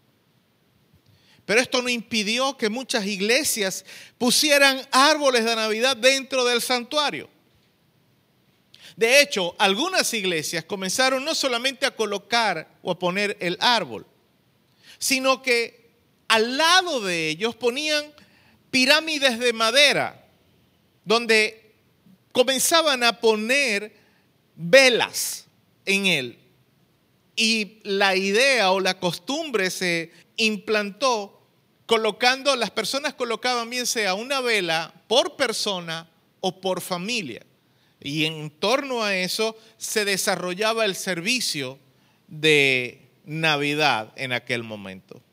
Pero esto no impidió que muchas iglesias pusieran árboles de Navidad dentro del santuario. De hecho, algunas iglesias comenzaron no solamente a colocar o a poner el árbol, sino que al lado de ellos ponían pirámides de madera, donde comenzaban a poner velas en él. Y la idea o la costumbre se implantó colocando, las personas colocaban bien sea una vela por persona o por familia. Y en torno a eso se desarrollaba el servicio de Navidad en aquel momento.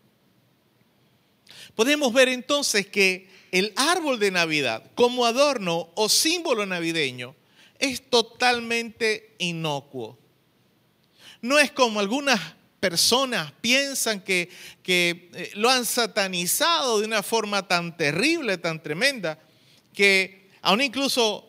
Podemos ver entonces que el árbol de Navidad como adorno o símbolo navideño es totalmente inocuo. No es como algunas personas piensan que, que lo han satanizado de una forma tan terrible, tan tremenda, que aún incluso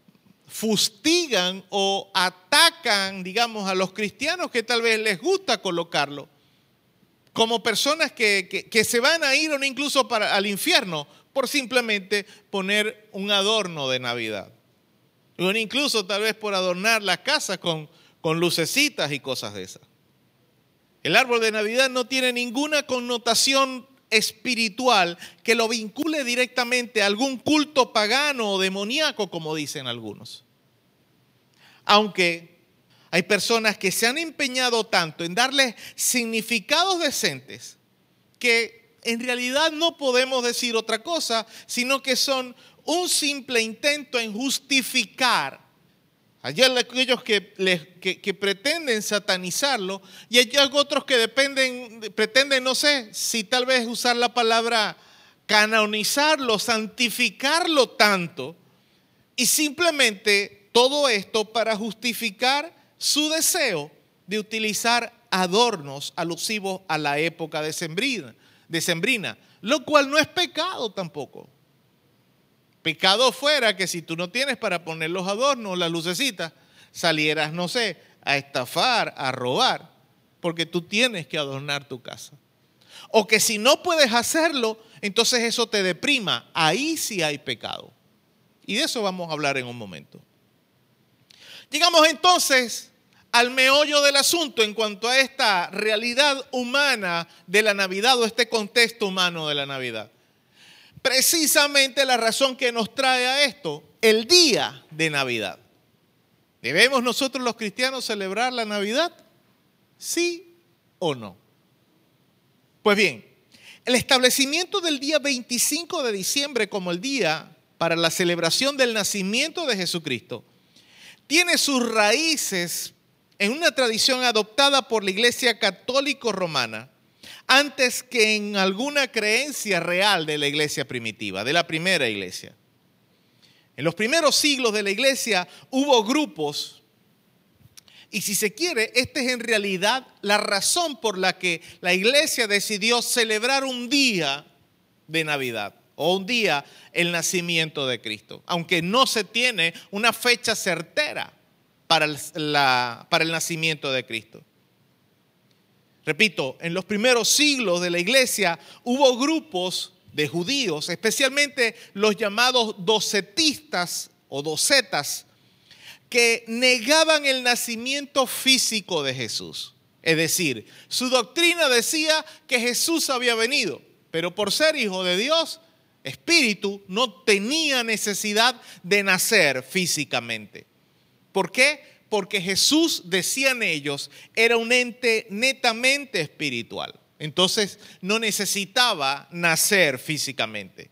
fustigan o atacan, digamos, a los cristianos que tal vez les gusta colocarlo, como personas que, que, que se van a ir o incluso para, al infierno por simplemente poner un adorno de Navidad. O incluso tal vez por adornar la casa con, con lucecitas y cosas de esas. El árbol de Navidad no tiene ninguna connotación espiritual que lo vincule directamente a algún culto pagano o demoníaco, como dicen algunos. Aunque hay personas que se han empeñado tanto en darle significados decentes que en realidad no podemos decir otra cosa, sino que son un simple intento en justificar. Hay aquellos que, les, que, que pretenden satanizarlo y hay otros que dependen, pretenden, no sé, si tal vez usar la palabra canonizarlo, santificarlo tanto, y simplemente todo esto para justificar su deseo de utilizar adornos alusivos a la época decembrina, decembrina, lo cual no es pecado tampoco. Pecado fuera que si tú no tienes para poner los adornos, las lucecitas, salieras, no sé, a estafar, a robar, porque tú tienes que adornar tu casa. O que si no puedes hacerlo, entonces eso te deprima. Ahí sí hay pecado. Y de eso vamos a hablar en un momento. Llegamos entonces al meollo del asunto en cuanto a esta realidad humana de la Navidad o este contexto humano de la Navidad. Precisamente la razón que nos trae a esto, el día de Navidad. ¿Debemos nosotros los cristianos celebrar la Navidad? ¿Sí o no? Pues bien, el establecimiento del día veinticinco de diciembre como el día para la celebración del nacimiento de Jesucristo tiene sus raíces en una tradición adoptada por la Iglesia Católica Romana antes que en alguna creencia real de la iglesia primitiva, de la primera iglesia. En los primeros siglos de la iglesia hubo grupos, y si se quiere, esta es en realidad la razón por la que la iglesia decidió celebrar un día de Navidad, o un día el nacimiento de Cristo, aunque no se tiene una fecha certera para el, la, para el nacimiento de Cristo. Repito, en los primeros siglos de la iglesia hubo grupos de judíos, especialmente los llamados docetistas o docetas, que negaban el nacimiento físico de Jesús. Es decir, su doctrina decía que Jesús había venido, pero por ser hijo de Dios, espíritu, no tenía necesidad de nacer físicamente. ¿Por qué? Porque Jesús, decían ellos, era un ente netamente espiritual. Entonces no necesitaba nacer físicamente.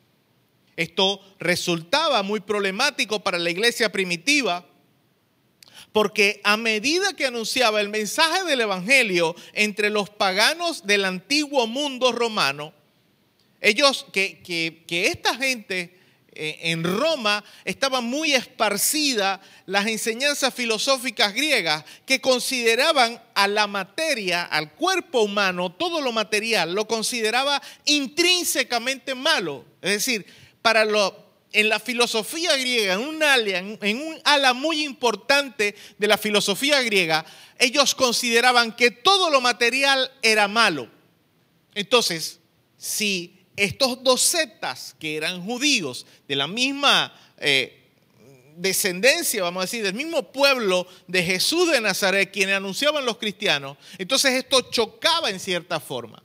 Esto resultaba muy problemático para la iglesia primitiva, porque a medida que anunciaba el mensaje del evangelio entre los paganos del antiguo mundo romano, ellos, que, que, que esta gente en Roma estaba muy esparcida las enseñanzas filosóficas griegas que consideraban a la materia, al cuerpo humano, todo lo material, lo consideraba intrínsecamente malo. Es decir, para lo, en la filosofía griega, en un, ala, en un ala muy importante de la filosofía griega, ellos consideraban que todo lo material era malo. Entonces, si estos docetas que eran judíos de la misma, eh, descendencia, vamos a decir, del mismo pueblo de Jesús de Nazaret, quienes anunciaban los cristianos. Entonces esto chocaba en cierta forma.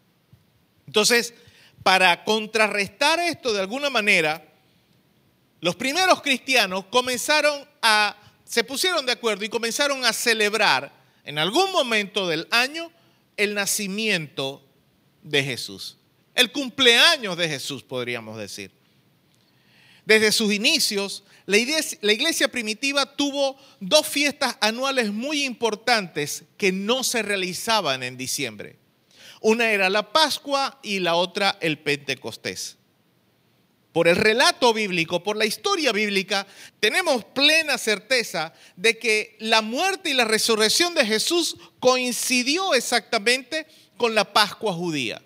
Entonces, para contrarrestar esto de alguna manera, los primeros cristianos comenzaron a, se pusieron de acuerdo y comenzaron a celebrar en algún momento del año el nacimiento de Jesús. El cumpleaños de Jesús, podríamos decir. Desde sus inicios, la iglesia, la iglesia primitiva tuvo dos fiestas anuales muy importantes que no se realizaban en diciembre. Una era la Pascua y la otra el Pentecostés. Por el relato bíblico, por la historia bíblica, tenemos plena certeza de que la muerte y la resurrección de Jesús coincidió exactamente con la Pascua judía.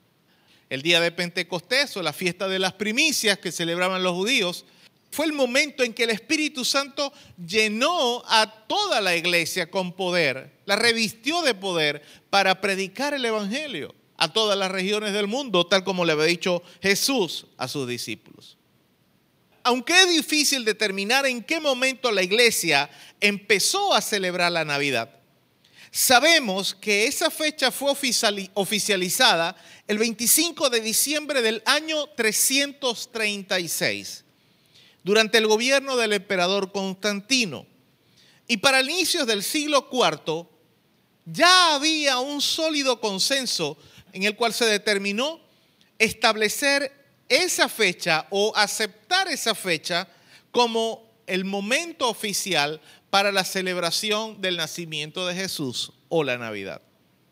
El día de Pentecostés o la fiesta de las primicias que celebraban los judíos fue el momento en que el Espíritu Santo llenó a toda la iglesia con poder, la revistió de poder para predicar el Evangelio a todas las regiones del mundo, tal como le había dicho Jesús a sus discípulos. Aunque es difícil determinar en qué momento la iglesia empezó a celebrar la Navidad, sabemos que esa fecha fue oficializada el veinticinco de diciembre del año trescientos treinta y seis, durante el gobierno del emperador Constantino. Y para inicios del siglo cuarto ya había un sólido consenso en el cual se determinó establecer esa fecha o aceptar esa fecha como el momento oficial para la celebración del nacimiento de Jesús o la Navidad.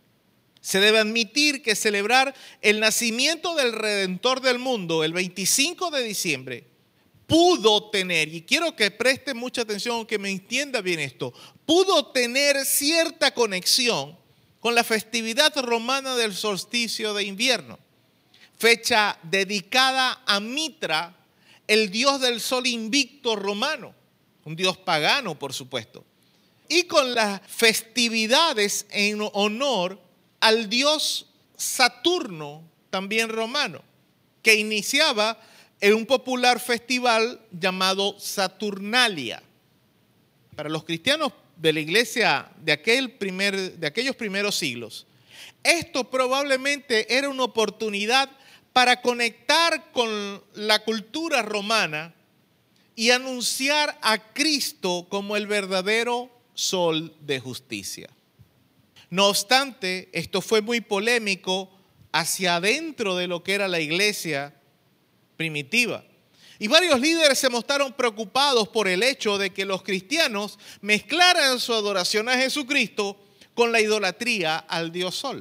Se debe admitir que celebrar el nacimiento del Redentor del mundo el veinticinco de diciembre pudo tener, y quiero que preste mucha atención, que me entienda bien esto, pudo tener cierta conexión con la festividad romana del solsticio de invierno, fecha dedicada a Mitra, el dios del sol invicto romano, un dios pagano, por supuesto, y con las festividades en honor al dios Saturno, también romano, que iniciaba en un popular festival llamado Saturnalia. Para los cristianos de la iglesia de, aquel primer, de aquellos primeros siglos, esto probablemente era una oportunidad para conectar con la cultura romana y anunciar a Cristo como el verdadero sol de justicia. No obstante, esto fue muy polémico hacia adentro de lo que era la iglesia primitiva. Y varios líderes se mostraron preocupados por el hecho de que los cristianos mezclaran su adoración a Jesucristo con la idolatría al dios Sol.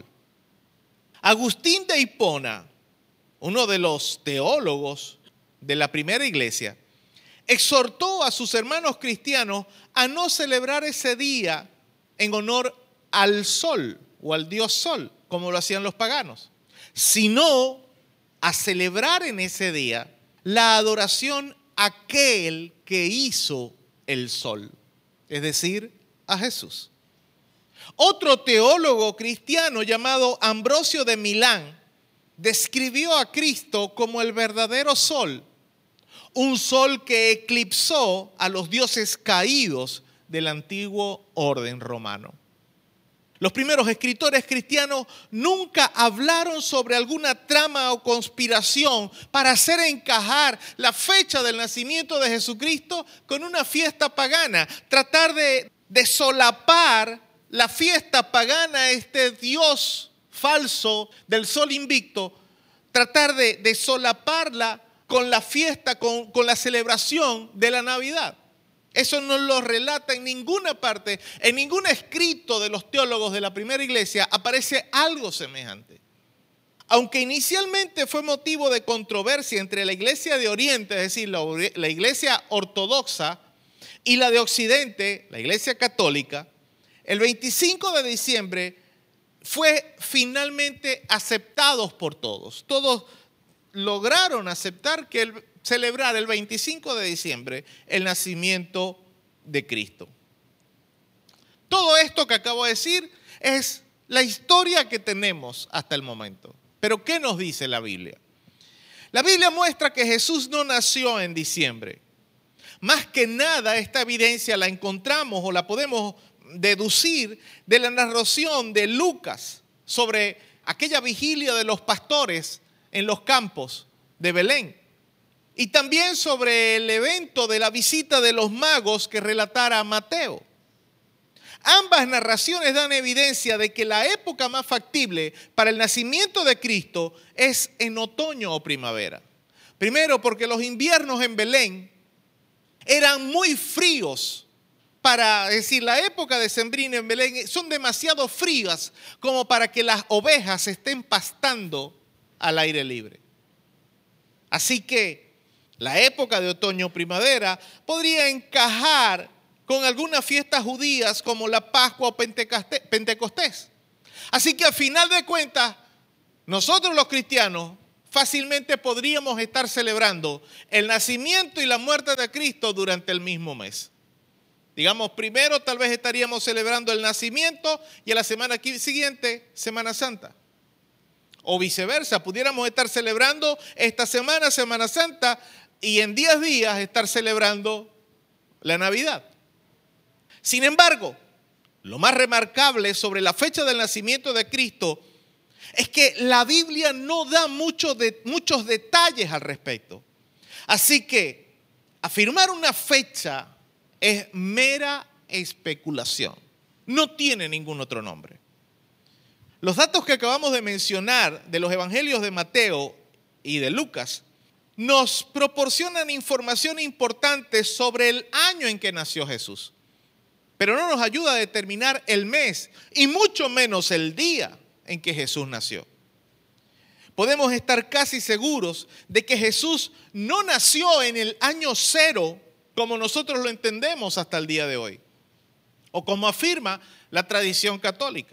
Agustín de Hipona, uno de los teólogos de la primera iglesia, exhortó a sus hermanos cristianos a no celebrar ese día en honor al sol o al dios Sol, como lo hacían los paganos, sino a celebrar en ese día la adoración a aquel que hizo el sol, es decir, a Jesús. Otro teólogo cristiano llamado Ambrosio de Milán describió a Cristo como el verdadero sol, un sol que eclipsó a los dioses caídos del antiguo orden romano. Los primeros escritores cristianos nunca hablaron sobre alguna trama o conspiración para hacer encajar la fecha del nacimiento de Jesucristo con una fiesta pagana. Tratar de, de solapar la fiesta pagana, este Dios falso del sol invicto, tratar de, de solaparla con la fiesta, con, con la celebración de la Navidad. Eso no lo relata en ninguna parte, en ningún escrito de los teólogos de la primera iglesia aparece algo semejante. Aunque inicialmente fue motivo de controversia entre la iglesia de Oriente, es decir, la, la iglesia ortodoxa, y la de Occidente, la iglesia católica, el veinticinco de diciembre fue finalmente aceptado por todos. Todos lograron aceptar que el celebrar el veinticinco de diciembre el nacimiento de Cristo. Todo esto que acabo de decir es la historia que tenemos hasta el momento. Pero ¿qué nos dice la Biblia? La Biblia muestra que Jesús no nació en diciembre. Más que nada, esta evidencia la encontramos o la podemos deducir de la narración de Lucas sobre aquella vigilia de los pastores en los campos de Belén. Y también sobre el evento de la visita de los magos que relatara Mateo. Ambas narraciones dan evidencia de que la época más factible para el nacimiento de Cristo es en otoño o primavera. Primero, porque los inviernos en Belén eran muy fríos. Para decir, la época decembrina en Belén son demasiado frías como para que las ovejas estén pastando al aire libre. Así que la época de otoño o primavera podría encajar con algunas fiestas judías como la Pascua o Pentecostés. Así que al final de cuentas, nosotros los cristianos fácilmente podríamos estar celebrando el nacimiento y la muerte de Cristo durante el mismo mes. Digamos, primero tal vez estaríamos celebrando el nacimiento y a la semana siguiente, Semana Santa. O viceversa, pudiéramos estar celebrando esta semana, Semana Santa, y en diez días estar celebrando la Navidad. Sin embargo, lo más remarcable sobre la fecha del nacimiento de Cristo es que la Biblia no da mucho de, muchos detalles al respecto. Así que afirmar una fecha es mera especulación. No tiene ningún otro nombre. Los datos que acabamos de mencionar de los evangelios de Mateo y de Lucas nos proporcionan información importante sobre el año en que nació Jesús. Pero no nos ayuda a determinar el mes y mucho menos el día en que Jesús nació. Podemos estar casi seguros de que Jesús no nació en el año cero como nosotros lo entendemos hasta el día de hoy, o como afirma la tradición católica.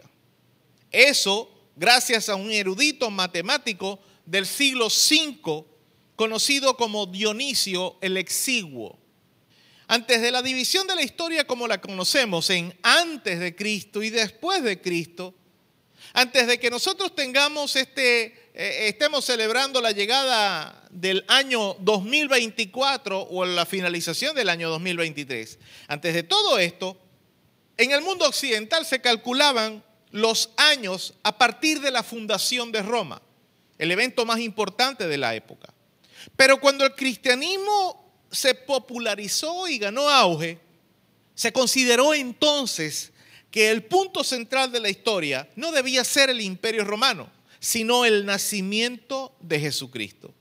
Eso gracias a un erudito matemático del siglo cinco, conocido como Dionisio el Exiguo. Antes de la división de la historia como la conocemos en antes de Cristo y después de Cristo, antes de que nosotros tengamos este, eh, estemos celebrando la llegada del año dos mil veinticuatro o la finalización del año dos mil veintitrés, antes de todo esto, en el mundo occidental se calculaban los años a partir de la fundación de Roma, el evento más importante de la época. Pero cuando el cristianismo se popularizó y ganó auge, se consideró entonces que el punto central de la historia no debía ser el Imperio Romano, sino el nacimiento de Jesucristo.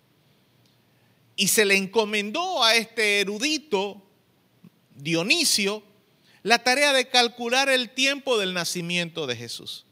Y se le encomendó a este erudito Dionisio la tarea de calcular el tiempo del nacimiento de Jesús.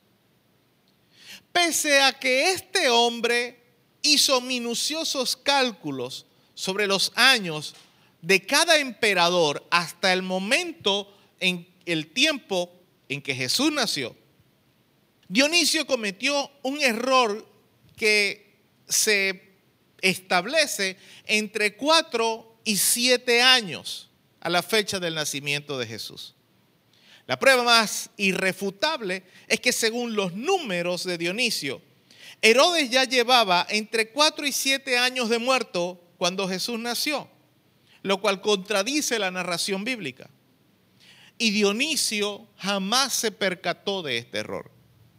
Pese a que este hombre hizo minuciosos cálculos sobre los años de cada emperador hasta el momento en el tiempo en que Jesús nació, Dionisio cometió un error que se establece entre cuatro y siete años a la fecha del nacimiento de Jesús. La prueba más irrefutable es que según los números de Dionisio, Herodes ya llevaba entre cuatro y siete años de muerto cuando Jesús nació, lo cual contradice la narración bíblica. Y Dionisio jamás se percató de este error.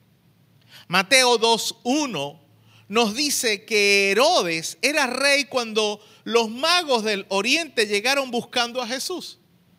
Mateo dos uno nos dice que Herodes era rey cuando los magos del oriente llegaron buscando a Jesús.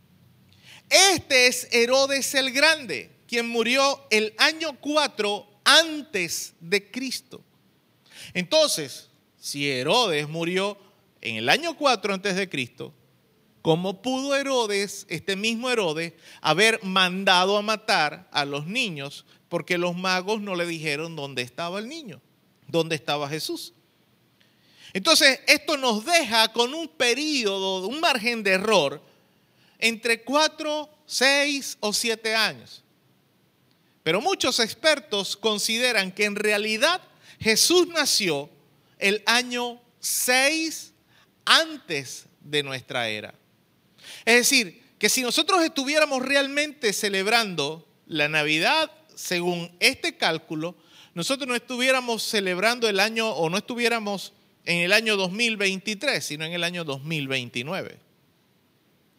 Este es Herodes el Grande, quien murió el año cuatro antes de Cristo. Entonces, si Herodes murió en el año cuatro antes de Cristo, ¿cómo pudo Herodes, este mismo Herodes, haber mandado a matar a los niños porque los magos no le dijeron dónde estaba el niño, dónde estaba Jesús? Entonces, esto nos deja con un periodo, un margen de error entre cuatro, seis o siete años. Pero muchos expertos consideran que en realidad Jesús nació el año seis antes de nuestra era. Es decir, que si nosotros estuviéramos realmente celebrando la Navidad según este cálculo, nosotros no estuviéramos celebrando el año o no estuviéramos en el año dos mil veintitrés, sino en el año dos mil veintinueve.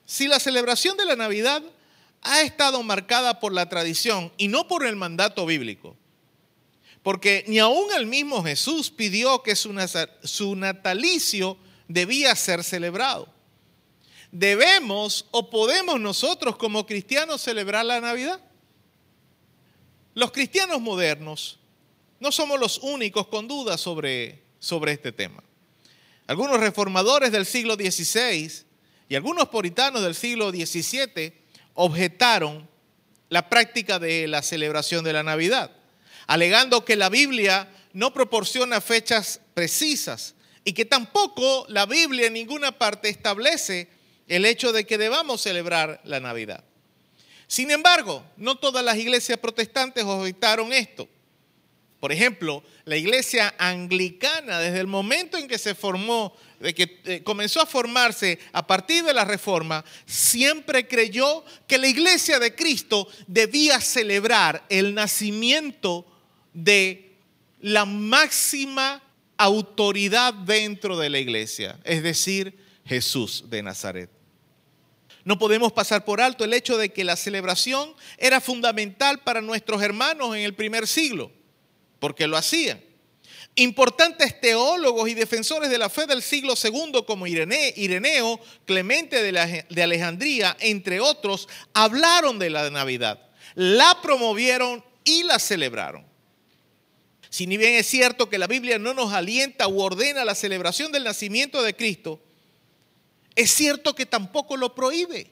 Si la celebración de la Navidad ha estado marcada por la tradición y no por el mandato bíblico, porque ni aún el mismo Jesús pidió que su, su natalicio debía ser celebrado. ¿Debemos o podemos nosotros como cristianos celebrar la Navidad? Los cristianos modernos no somos los únicos con dudas sobre, sobre este tema. Algunos reformadores del siglo dieciséis y algunos puritanos del siglo diecisiete objetaron la práctica de la celebración de la Navidad, alegando que la Biblia no proporciona fechas precisas y que tampoco la Biblia en ninguna parte establece el hecho de que debamos celebrar la Navidad. Sin embargo, no todas las iglesias protestantes objetaron esto. Por ejemplo, la iglesia anglicana, desde el momento en que se formó, de que eh, comenzó a formarse a partir de la Reforma, siempre creyó que la iglesia de Cristo debía celebrar el nacimiento de la máxima autoridad dentro de la iglesia, es decir, Jesús de Nazaret. No podemos pasar por alto el hecho de que la celebración era fundamental para nuestros hermanos en el primer siglo, porque lo hacían. Importantes teólogos y defensores de la fe del siglo segundo como Ireneo, Clemente de Alejandría, entre otros, hablaron de la Navidad, la promovieron y la celebraron. Si ni bien es cierto que la Biblia no nos alienta u ordena la celebración del nacimiento de Cristo, es cierto que tampoco lo prohíbe.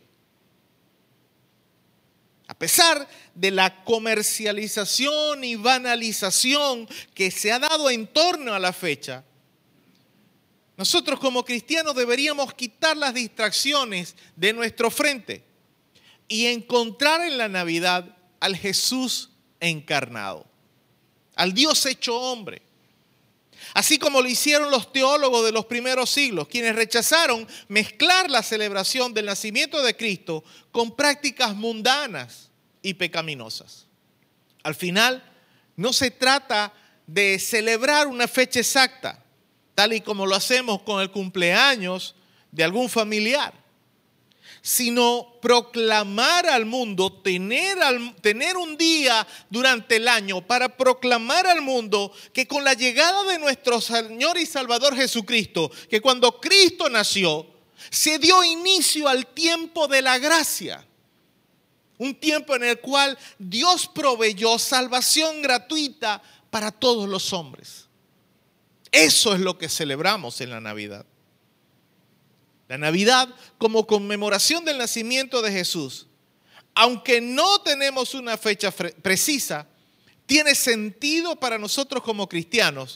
A pesar de la comercialización y banalización que se ha dado en torno a la fecha, nosotros como cristianos deberíamos quitar las distracciones de nuestro frente y encontrar en la Navidad al Jesús encarnado, al Dios hecho hombre. Así como lo hicieron los teólogos de los primeros siglos, quienes rechazaron mezclar la celebración del nacimiento de Cristo con prácticas mundanas y pecaminosas. Al final, no se trata de celebrar una fecha exacta, tal y como lo hacemos con el cumpleaños de algún familiar, sino proclamar al mundo, tener, al, tener un día durante el año para proclamar al mundo que con la llegada de nuestro Señor y Salvador Jesucristo, que cuando Cristo nació, se dio inicio al tiempo de la gracia. Un tiempo en el cual Dios proveyó salvación gratuita para todos los hombres. Eso es lo que celebramos en la Navidad. La Navidad, como conmemoración del nacimiento de Jesús, aunque no tenemos una fecha precisa, tiene sentido para nosotros como cristianos,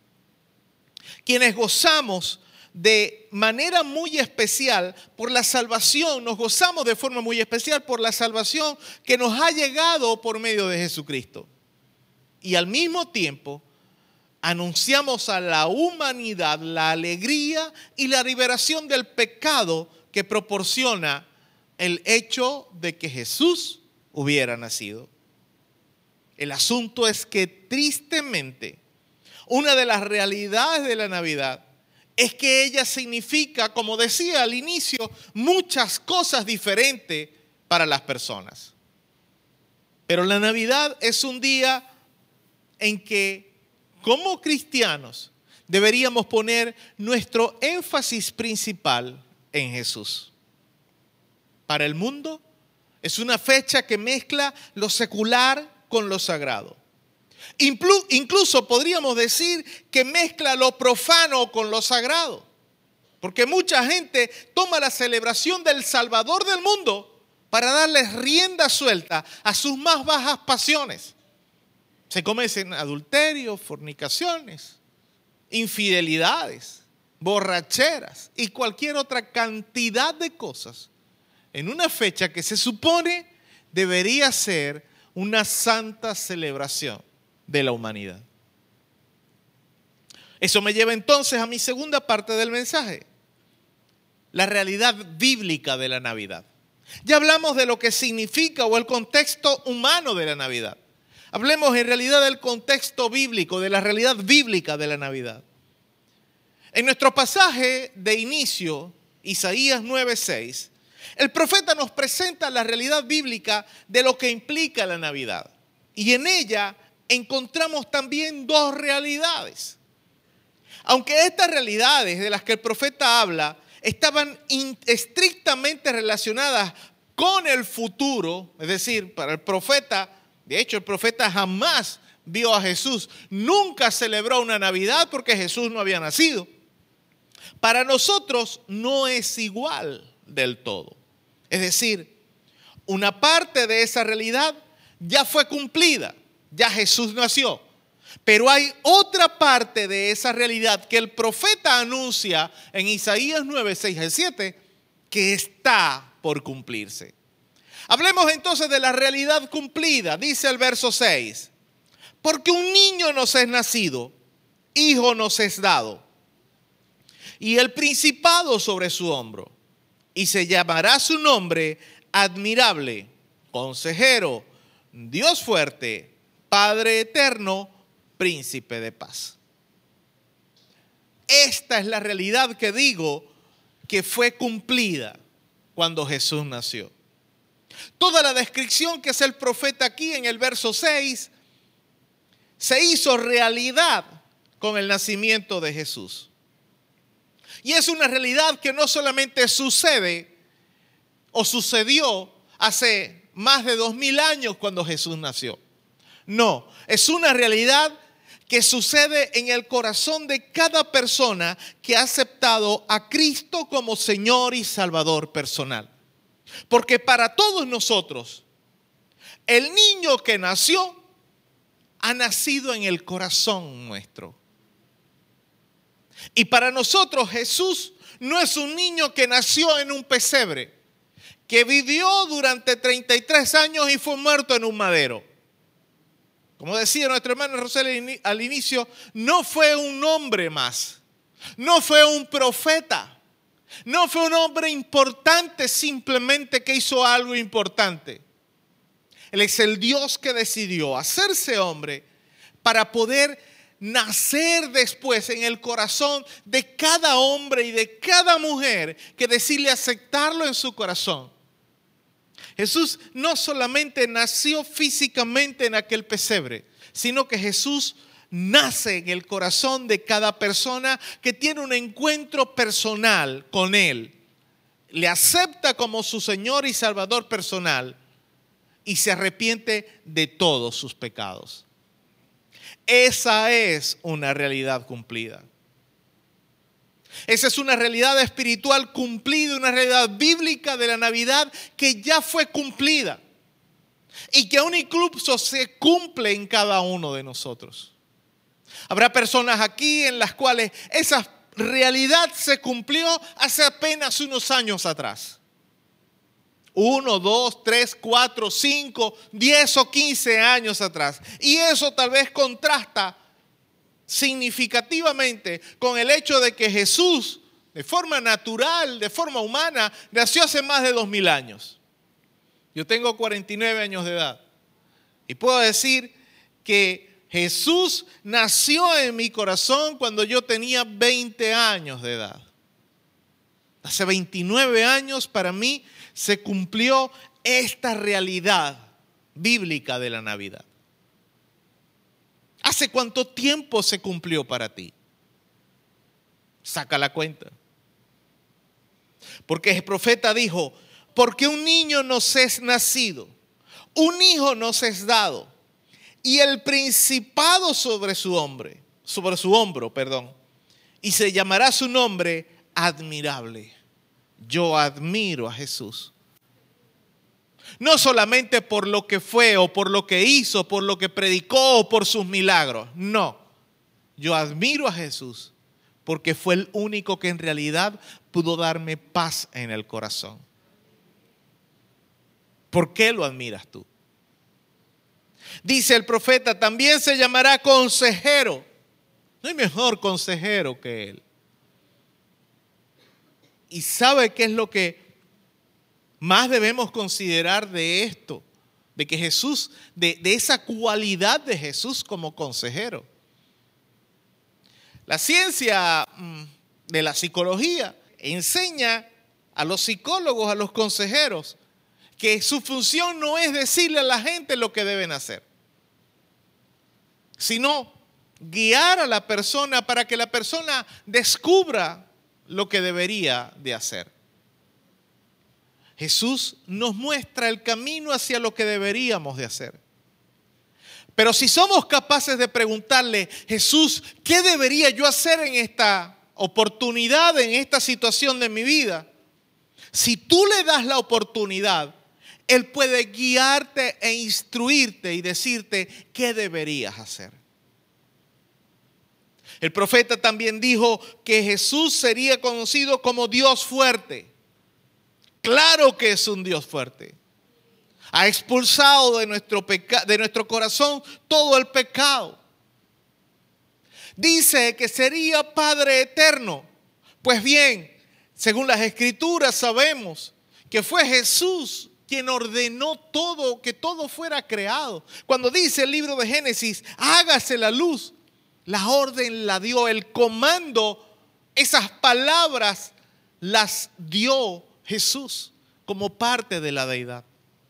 quienes gozamos de manera muy especial por la salvación, nos gozamos de forma muy especial por la salvación que nos ha llegado por medio de Jesucristo. Y al mismo tiempo, anunciamos a la humanidad la alegría y la liberación del pecado que proporciona el hecho de que Jesús hubiera nacido. El asunto es que tristemente, una de las realidades de la Navidad es que ella significa, como decía al inicio, muchas cosas diferentes para las personas. Pero la Navidad es un día en que como cristianos deberíamos poner nuestro énfasis principal en Jesús. Para el mundo es una fecha que mezcla lo secular con lo sagrado. Incluso podríamos decir que mezcla lo profano con lo sagrado. Porque mucha gente toma la celebración del Salvador del mundo para darles rienda suelta a sus más bajas pasiones. Se cometen adulterios, fornicaciones, infidelidades, borracheras y cualquier otra cantidad de cosas en una fecha que se supone debería ser una santa celebración de la humanidad. Eso me lleva entonces a mi segunda parte del mensaje, la realidad bíblica de la Navidad. Ya hablamos de lo que significa o el contexto humano de la Navidad. Hablemos en realidad del contexto bíblico, de la realidad bíblica de la Navidad. En nuestro pasaje de inicio, Isaías nueve seis, El profeta nos presenta la realidad bíblica de lo que implica la Navidad. Y en ella encontramos también dos realidades. Aunque estas realidades de las que el profeta habla estaban estrictamente relacionadas con el futuro, es decir, para el profeta, de hecho el profeta jamás vio a Jesús, nunca celebró una Navidad porque Jesús no había nacido. Para nosotros no es igual del todo. Es decir, una parte de esa realidad ya fue cumplida, ya Jesús nació. Pero hay otra parte de esa realidad que el profeta anuncia en Isaías nueve, seis al siete, que está por cumplirse. Hablemos entonces de la realidad cumplida. Dice el verso seis, porque un niño nos es nacido, hijo nos es dado, y el principado sobre su hombro, y se llamará su nombre admirable, consejero, Dios fuerte, Padre eterno, príncipe de paz. Esta es la realidad que digo que fue cumplida cuando Jesús nació. Toda la descripción que hace el profeta aquí en el verso seis se hizo realidad con el nacimiento de Jesús. Y es una realidad que no solamente sucede o sucedió hace más de dos mil años cuando Jesús nació. No, es una realidad que sucede en el corazón de cada persona que ha aceptado a Cristo como Señor y Salvador personal. Porque para todos nosotros, el niño que nació ha nacido en el corazón nuestro. Y para nosotros Jesús no es un niño que nació en un pesebre, que vivió durante treinta y tres años y fue muerto en un madero. Como decía nuestro hermano Rosel al inicio, no fue un hombre más, no fue un profeta, no fue un hombre importante simplemente que hizo algo importante. Él es el Dios que decidió hacerse hombre para poder nacer después en el corazón de cada hombre y de cada mujer que decide aceptarlo en su corazón. Jesús no solamente nació físicamente en aquel pesebre, sino que Jesús nace en el corazón de cada persona que tiene un encuentro personal con Él. Le acepta como su Señor y Salvador personal y se arrepiente de todos sus pecados. Esa es una realidad cumplida. Esa es una realidad espiritual cumplida, una realidad bíblica de la Navidad que ya fue cumplida y que aún incluso se cumple en cada uno de nosotros. Habrá personas aquí en las cuales esa realidad se cumplió hace apenas unos años atrás. Uno, dos, tres, cuatro, cinco, diez o quince años atrás. Y eso tal vez contrasta significativamente con el hecho de que Jesús, de forma natural, de forma humana, nació hace más de dos mil años. Yo tengo cuarenta y nueve años de edad y puedo decir que Jesús nació en mi corazón cuando yo tenía veinte años de edad. Hace veintinueve años para mí se cumplió esta realidad bíblica de la Navidad. ¿Hace cuánto tiempo se cumplió para ti? Saca la cuenta. Porque el profeta dijo, porque un niño nos es nacido, un hijo nos es dado, y el principado sobre su hombro, sobre su hombro, perdón, y se llamará su nombre admirable. Yo admiro a Jesús. No solamente por lo que fue o por lo que hizo, por lo que predicó o por sus milagros. No, yo admiro a Jesús porque fue el único que en realidad pudo darme paz en el corazón. ¿Por qué lo admiras tú? Dice el profeta, también se llamará consejero. No hay mejor consejero que él. ¿Y sabe qué es lo que más debemos considerar de esto? De que Jesús, de, de esa cualidad de Jesús como consejero. La ciencia de la psicología enseña a los psicólogos, a los consejeros, que su función no es decirle a la gente lo que deben hacer, sino guiar a la persona para que la persona descubra lo que debería de hacer. Jesús nos muestra el camino hacia lo que deberíamos de hacer. Pero si somos capaces de preguntarle, Jesús, ¿qué debería yo hacer en esta oportunidad, en esta situación de mi vida? Si tú le das la oportunidad, Él puede guiarte e instruirte y decirte qué deberías hacer. El profeta también dijo que Jesús sería conocido como Dios fuerte. Claro que es un Dios fuerte. Ha expulsado de nuestro, peca- de nuestro corazón todo el pecado. Dice que sería Padre eterno. Pues bien, según las Escrituras sabemos que fue Jesús quien ordenó todo, que todo fuera creado. Cuando dice el libro de Génesis, hágase la luz, la orden la dio, el comando, esas palabras las dio Jesús como parte de la deidad.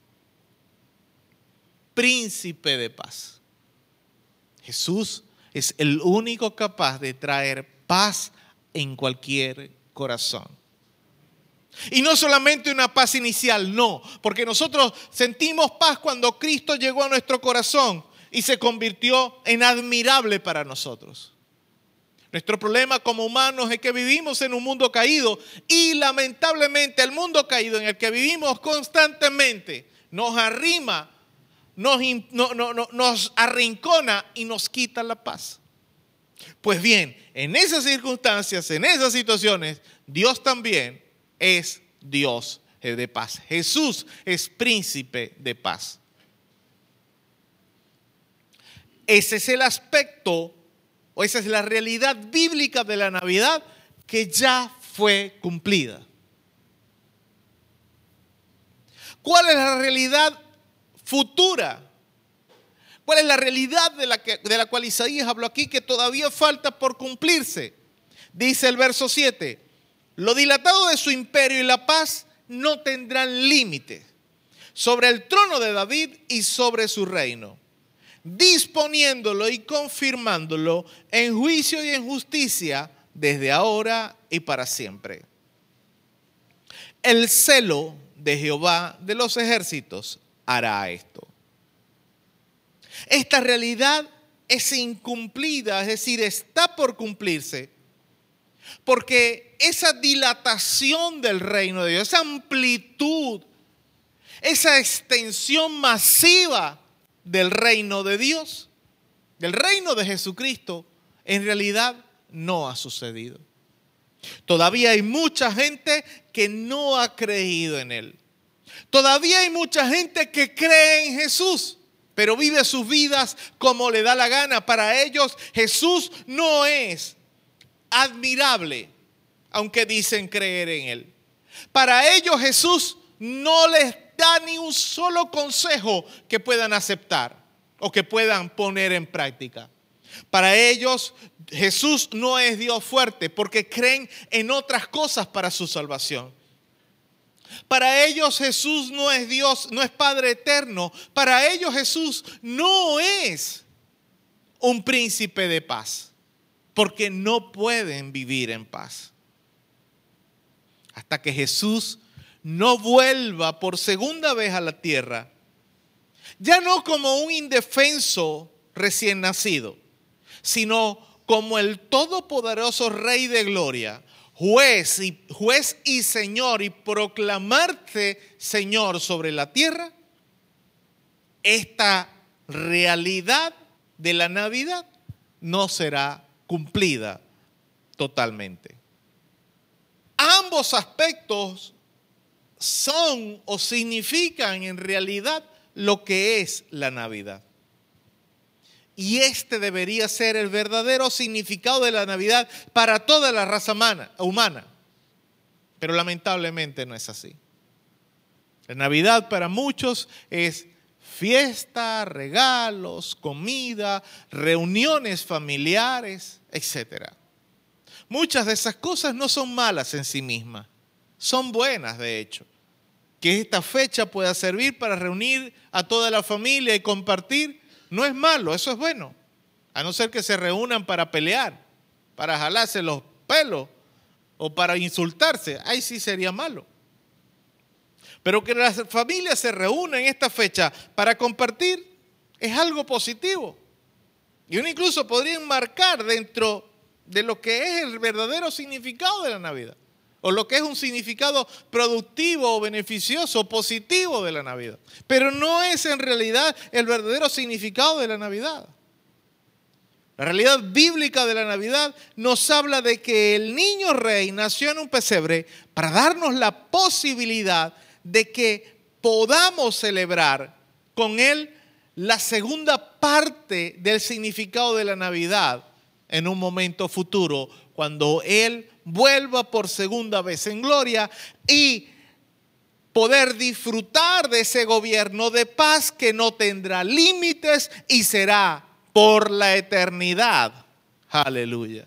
Príncipe de paz. Jesús es el único capaz de traer paz en cualquier corazón. Y no solamente una paz inicial, no, porque nosotros sentimos paz cuando Cristo llegó a nuestro corazón y se convirtió en admirable para nosotros. Nuestro problema como humanos es que vivimos en un mundo caído y lamentablemente el mundo caído en el que vivimos constantemente nos arrima, nos, no, no, no, nos arrincona y nos quita la paz. Pues bien, en esas circunstancias, en esas situaciones, Dios también es Dios de paz. Jesús es príncipe de paz. Ese es el aspecto, o esa es la realidad bíblica de la Navidad que ya fue cumplida. ¿Cuál es la realidad futura? ¿Cuál es la realidad de la, que, de la cual Isaías habló aquí que todavía falta por cumplirse? Dice el verso siete, lo dilatado de su imperio y la paz no tendrán límite sobre el trono de David y sobre su reino, disponiéndolo y confirmándolo en juicio y en justicia desde ahora y para siempre. El celo de Jehová de los ejércitos hará esto. Esta realidad es incumplida, es decir, está por cumplirse, porque esa dilatación del reino de Dios, esa amplitud, esa extensión masiva del reino de Dios, del reino de Jesucristo, en realidad no ha sucedido. Todavía hay mucha gente que no ha creído en Él. Todavía hay mucha gente que cree en Jesús, pero vive sus vidas como le da la gana. Para ellos Jesús no es admirable, aunque dicen creer en Él. Para ellos Jesús no les da ni un solo consejo que puedan aceptar o que puedan poner en práctica. Para ellos Jesús no es Dios fuerte porque creen en otras cosas para su salvación. Para ellos Jesús no es Dios, no es Padre eterno. Para ellos Jesús no es un príncipe de paz, porque no pueden vivir en paz. Hasta que Jesús no vuelva por segunda vez a la tierra, ya no como un indefenso recién nacido, sino como el todopoderoso Rey de Gloria, juez y, juez y Señor, y proclamarte Señor sobre la tierra. Esta realidad de la Navidad no será cumplida totalmente. Ambos aspectos son o significan en realidad lo que es la Navidad. Y este debería ser el verdadero significado de la Navidad para toda la raza humana. Pero lamentablemente no es así. La Navidad para muchos es fiesta, regalos, comida, reuniones familiares, etcétera. Muchas de esas cosas no son malas en sí mismas. son buenas, de hecho. Que esta fecha pueda servir para reunir a toda la familia y compartir, no es malo, eso es bueno. A no ser que se reúnan para pelear, para jalarse los pelos o para insultarse, ahí sí sería malo. Pero que las familias se reúnan en esta fecha para compartir es algo positivo. Y uno incluso podría enmarcar dentro de lo que es el verdadero significado de la Navidad, o lo que es un significado productivo o beneficioso o positivo de la Navidad. Pero no es en realidad el verdadero significado de la Navidad. La realidad bíblica de la Navidad nos habla de que el niño rey nació en un pesebre para darnos la posibilidad de que podamos celebrar con él la segunda parte del significado de la Navidad en un momento futuro, cuando él vuelva por segunda vez en gloria y poder disfrutar de ese gobierno de paz que no tendrá límites y será por la eternidad. Aleluya.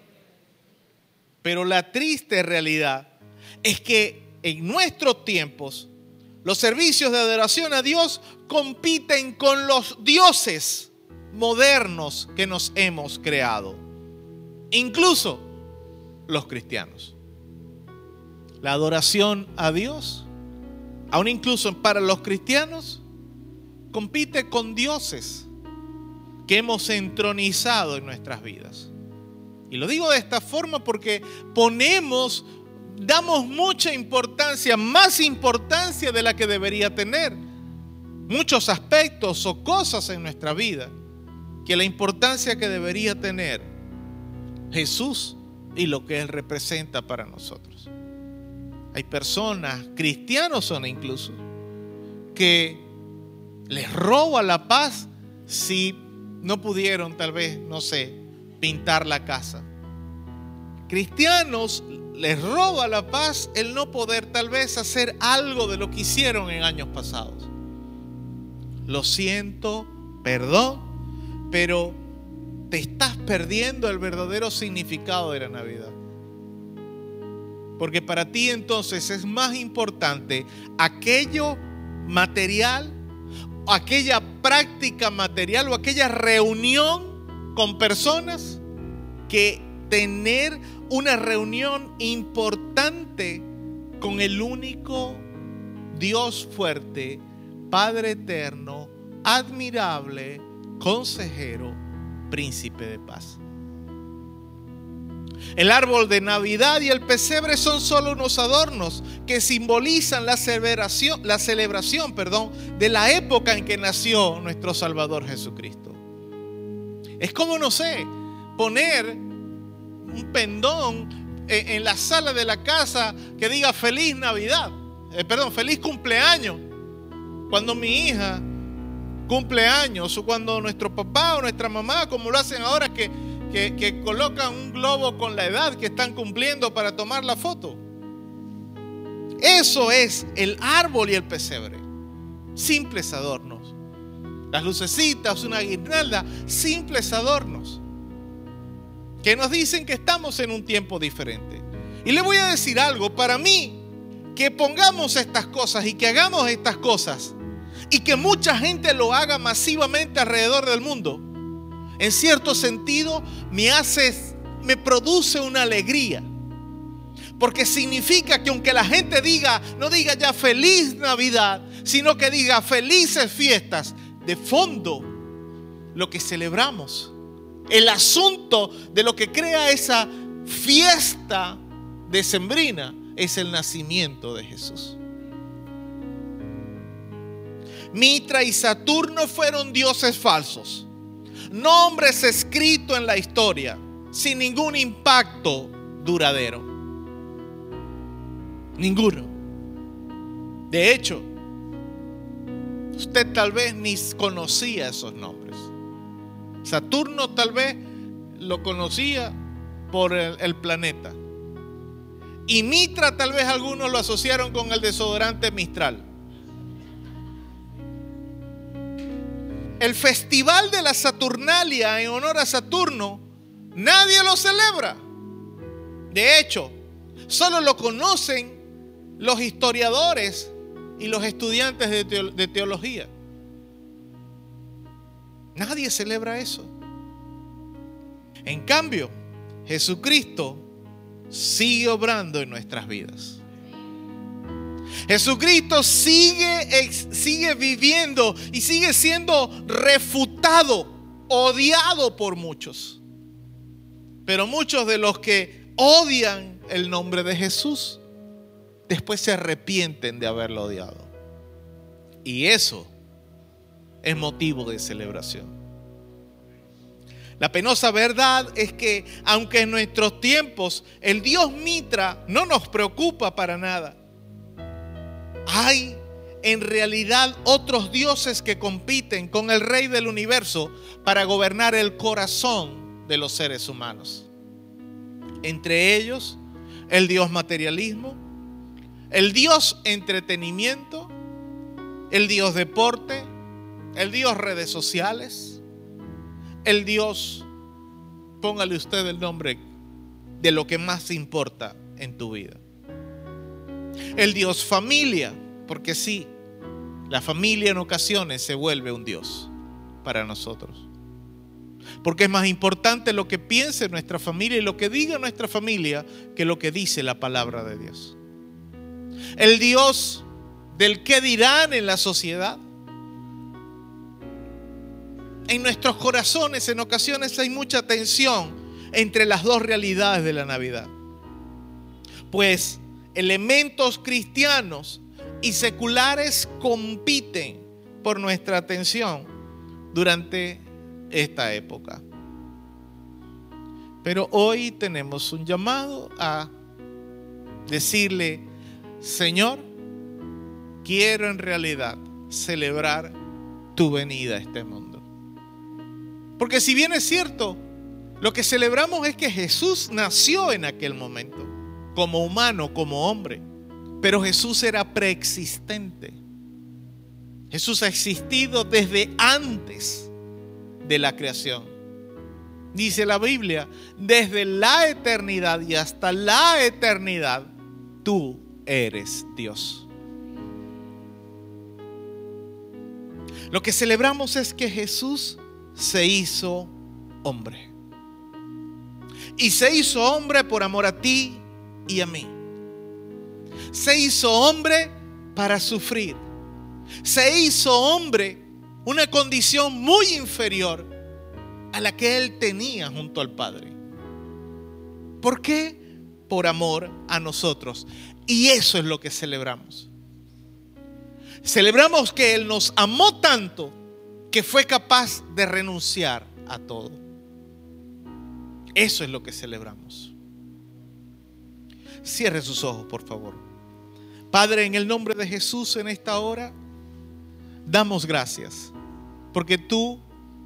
Pero la triste realidad es que en nuestros tiempos los servicios de adoración a Dios compiten con los dioses modernos que nos hemos creado, incluso los cristianos. La adoración a Dios, aún incluso para los cristianos, compite con dioses que hemos entronizado en nuestras vidas. Y lo digo de esta forma porque ponemos, damos mucha importancia, más importancia de la que debería tener, muchos aspectos o cosas en nuestra vida, que la importancia que debería tener Jesús y lo que Él representa para nosotros. Hay personas, cristianos son incluso, que les roba la paz si no pudieron, tal vez, no sé, pintar la casa. Cristianos les roba la paz el no poder tal vez hacer algo de lo que hicieron en años pasados. Lo siento, perdón, pero te estás perdiendo el verdadero significado de la Navidad. Porque para ti entonces es más importante aquello material, aquella práctica material o aquella reunión con personas, que tener una reunión importante con el único Dios fuerte, Padre eterno, admirable, consejero, príncipe de paz. El árbol de Navidad y el pesebre son solo unos adornos que simbolizan la celebración, la celebración, perdón, de la época en que nació nuestro Salvador Jesucristo. Es como, no sé, poner un pendón en, en la sala de la casa que diga feliz Navidad, eh, perdón, feliz cumpleaños. Cuando mi hija cumple años, o cuando nuestro papá o nuestra mamá, como lo hacen ahora, que, que, que colocan un globo con la edad que están cumpliendo para tomar la foto. Eso es el árbol y el pesebre. Simples adornos. Las lucecitas, una guirnalda, simples adornos que nos dicen que estamos en un tiempo diferente. Y le voy a decir algo, para mí, que pongamos estas cosas y que hagamos estas cosas y que mucha gente lo haga masivamente alrededor del mundo, en cierto sentido me hace, me produce una alegría, porque significa que aunque la gente diga, no diga ya feliz Navidad, sino que diga felices fiestas, de fondo lo que celebramos, el asunto de lo que crea esa fiesta decembrina, es el nacimiento de Jesús. Mitra y Saturno fueron dioses falsos, nombres escritos en la historia sin ningún impacto duradero. Ninguno. De hecho, usted tal vez ni conocía esos nombres. Saturno tal vez lo conocía por el, el planeta. Y Mitra tal vez algunos lo asociaron con el desodorante Mistral. El festival de la Saturnalia en honor a Saturno, nadie lo celebra. De hecho, solo lo conocen los historiadores y los estudiantes de, teo- de teología. Nadie celebra eso. En cambio, Jesucristo sigue obrando en nuestras vidas. Jesucristo sigue, ex, sigue viviendo y sigue siendo refutado, odiado por muchos. Pero muchos de los que odian el nombre de Jesús, después se arrepienten de haberlo odiado. Y eso es motivo de celebración. La penosa verdad es que aunque en nuestros tiempos el Dios Mitra no nos preocupa para nada, hay en realidad otros dioses que compiten con el Rey del universo para gobernar el corazón de los seres humanos. Entre ellos, el Dios materialismo, el Dios entretenimiento, el Dios deporte, el Dios redes sociales, el Dios, póngale usted el nombre de lo que más importa en tu vida. El Dios familia, porque sí, la familia en ocasiones se vuelve un Dios para nosotros. Porque es más importante lo que piense nuestra familia y lo que diga nuestra familia que lo que dice la palabra de Dios. El Dios del qué dirán en la sociedad. En nuestros corazones en ocasiones hay mucha tensión entre las dos realidades de la Navidad. Pues elementos cristianos y seculares compiten por nuestra atención durante esta época. Pero hoy tenemos un llamado a decirle: Señor, quiero en realidad celebrar tu venida a este mundo. Porque si bien es cierto, lo que celebramos es que Jesús nació en aquel momento, como humano, como hombre. Pero Jesús era preexistente. Jesús ha existido desde antes de la creación. Dice la Biblia, desde la eternidad y hasta la eternidad, tú eres Dios. Lo que celebramos es que Jesús se hizo hombre. Y se hizo hombre por amor a ti y a mí. Se hizo hombre para sufrir. Se hizo hombre, una condición muy inferior a la que él tenía junto al Padre. ¿Por qué? Por amor a nosotros. Y eso es lo que celebramos. Celebramos que él nos amó tanto que fue capaz de renunciar a todo. Eso es lo que celebramos. Cierre sus ojos, por favor. Padre, en el nombre de Jesús, en esta hora, damos gracias, porque tú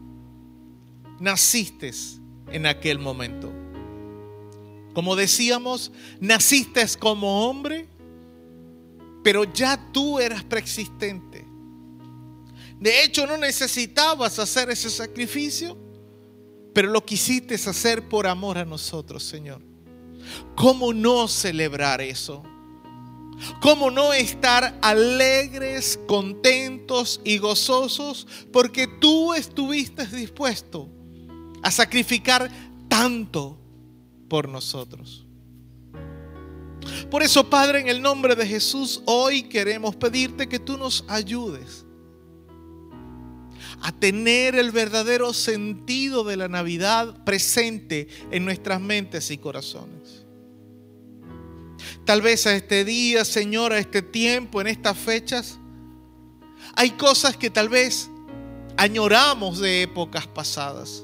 naciste en aquel momento. Como decíamos, naciste como hombre, pero ya tú eras preexistente. De hecho, no necesitabas hacer ese sacrificio, pero lo quisiste hacer por amor a nosotros, Señor. ¿Cómo no celebrar eso? ¿Cómo no estar alegres, contentos y gozosos porque tú estuviste dispuesto a sacrificar tanto por nosotros? Por eso, Padre, en el nombre de Jesús, hoy queremos pedirte que tú nos ayudes a tener el verdadero sentido de la Navidad presente en nuestras mentes y corazones. Tal vez a este día, Señor, a este tiempo, en estas fechas, hay cosas que tal vez añoramos de épocas pasadas.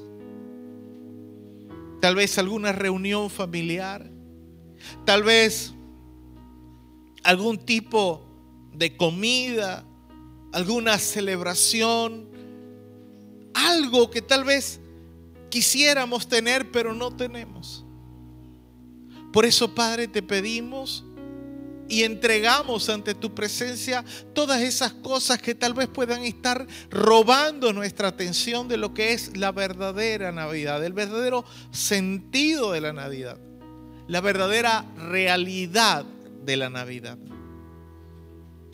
Tal vez alguna reunión familiar, tal vez algún tipo de comida, alguna celebración, algo que tal vez quisiéramos tener pero no tenemos. Por eso, Padre, te pedimos y entregamos ante tu presencia todas esas cosas que tal vez puedan estar robando nuestra atención de lo que es la verdadera Navidad, el verdadero sentido de la Navidad, la verdadera realidad de la Navidad.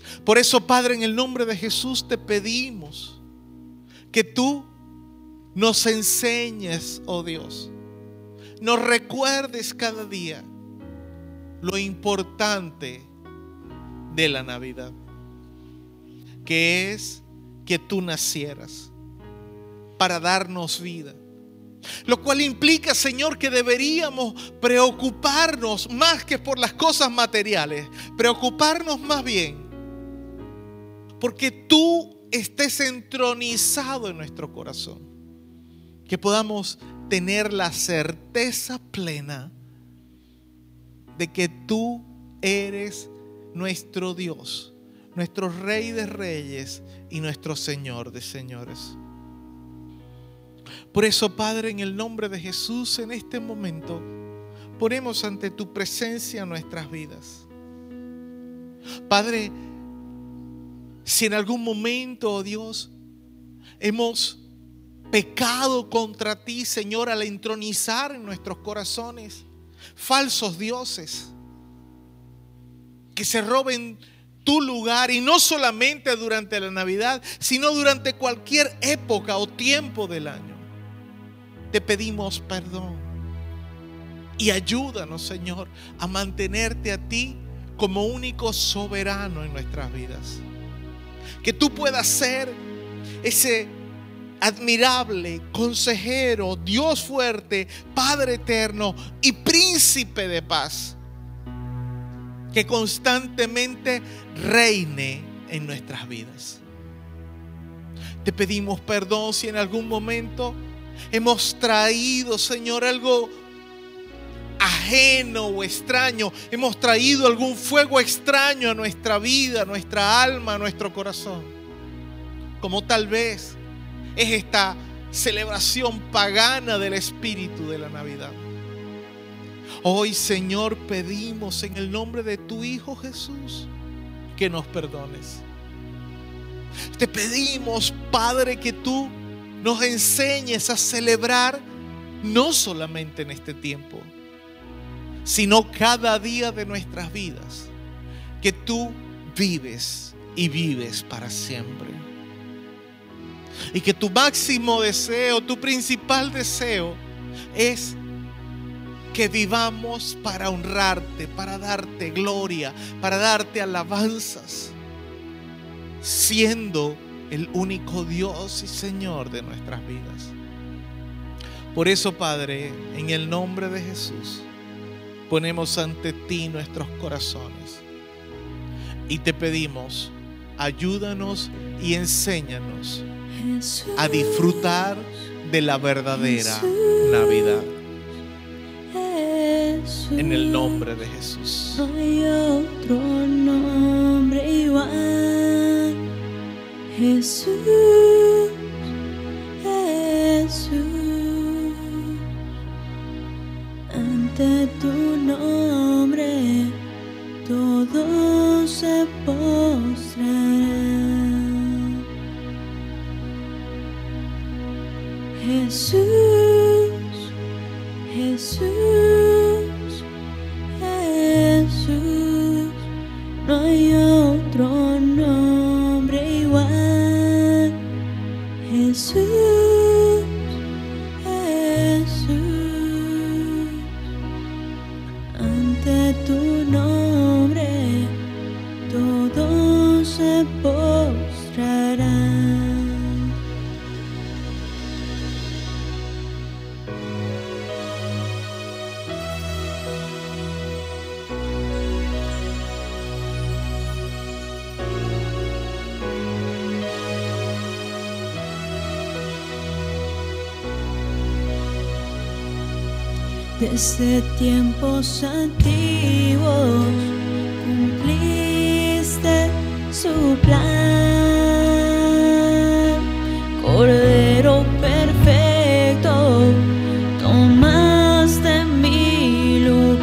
Por eso, Padre, en el nombre de Jesús te pedimos que tú nos enseñes, oh Dios, nos recuerdes cada día lo importante de la Navidad, que es que tú nacieras para darnos vida. Lo cual implica, Señor, que deberíamos preocuparnos más que por las cosas materiales, preocuparnos más bien porque tú estés entronizado en nuestro corazón, que podamos tener la certeza plena de que tú eres nuestro Dios, nuestro Rey de Reyes y nuestro Señor de Señores. Por eso, Padre, en el nombre de Jesús, en este momento, ponemos ante tu presencia nuestras vidas. Padre, si en algún momento, oh Dios, hemos pecado contra ti, Señor, al entronizar en nuestros corazones falsos dioses que se roben tu lugar, y no solamente durante la Navidad, sino durante cualquier época o tiempo del año, te pedimos perdón y ayúdanos, Señor, a mantenerte a ti como único soberano en nuestras vidas. Que tú puedas ser ese admirable consejero, Dios fuerte, Padre eterno y príncipe de paz, que constantemente reine en nuestras vidas. Te pedimos perdón si en algún momento hemos traído, Señor, algo ajeno o extraño, hemos traído algún fuego extraño a nuestra vida, a nuestra alma, a nuestro corazón, como tal vez es esta celebración pagana del espíritu de la Navidad. Hoy, Señor, pedimos en el nombre de tu Hijo Jesús que nos perdones. Te pedimos, Padre, que tú nos enseñes a celebrar no solamente en este tiempo, sino cada día de nuestras vidas, que tú vives y vives para siempre. Y que tu máximo deseo, tu principal deseo es que vivamos para honrarte, para darte gloria, para darte alabanzas, siendo el único Dios y Señor de nuestras vidas. Por eso, Padre, en el nombre de Jesús, ponemos ante ti nuestros corazones y te pedimos, ayúdanos y enséñanos Jesús, a disfrutar de la verdadera Jesús, Navidad. Jesús, En el nombre de Jesús. no hay otro nombre igual. Jesús, Jesús, ante tu nombre todos se postrarán. Jesús, Jesús, Jesús, no hay otro nombre igual. Jesús, Jesús, ante tu nombre todos se postrarán. Desde tiempos antiguos cumpliste su plan, Cordero perfecto, tomaste mi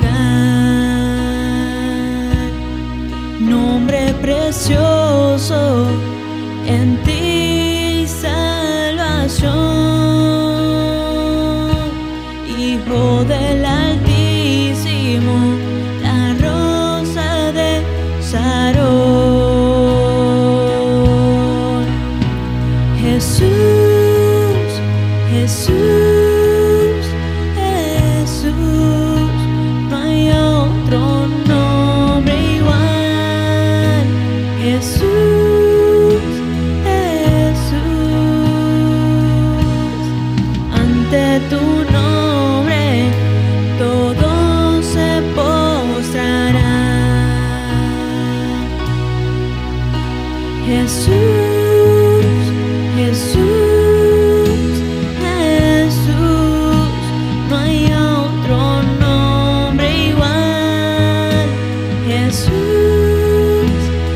lugar, nombre precioso, en ti salvación. Hijo del Altísimo, la rosa de Sarón. Jesús, no hay otro nombre igual. Jesús, Jesús, ante tu nombre todo se postrará. Jesús, Jesús, Jesús, no hay otro nombre igual. Jesús,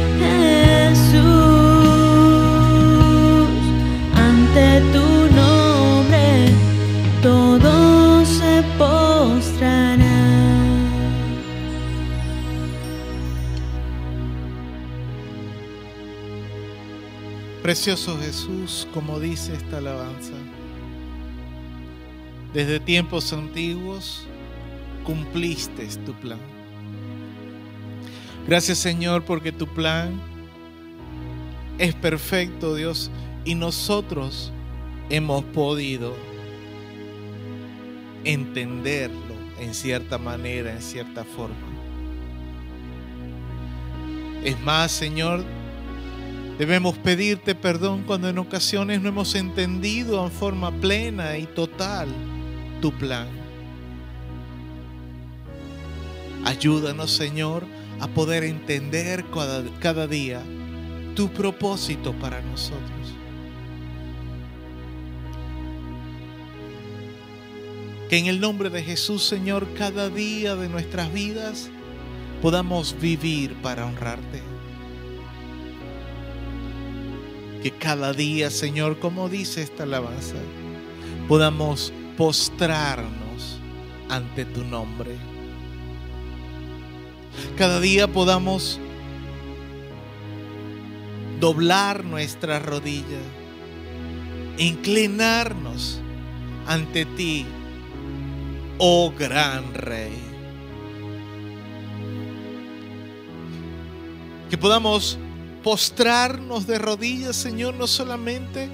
Jesús, ante tu nombre todo se postrará. Precioso Jesús, como dice esta alabanza, desde tiempos antiguos cumpliste tu plan. Gracias, Señor, porque tu plan es perfecto, Dios, y nosotros hemos podido entenderlo en cierta manera, en cierta forma. Es más, Señor, debemos pedirte perdón cuando en ocasiones no hemos entendido en forma plena y total tu plan. Ayúdanos, Señor, a poder entender cada, cada día tu propósito para nosotros. Que en el nombre de Jesús, Señor, cada día de nuestras vidas podamos vivir para honrarte. Que cada día, Señor, como dice esta alabanza, podamos postrarnos ante tu nombre. Cada día podamos doblar nuestra rodilla, inclinarnos ante ti, oh gran Rey. Que podamos postrarnos de rodillas, Señor, no solamente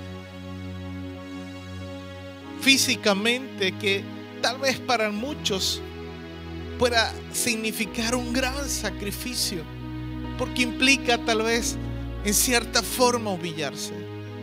físicamente, que tal vez para muchos pueda significar un gran sacrificio, porque implica tal vez en cierta forma humillarse.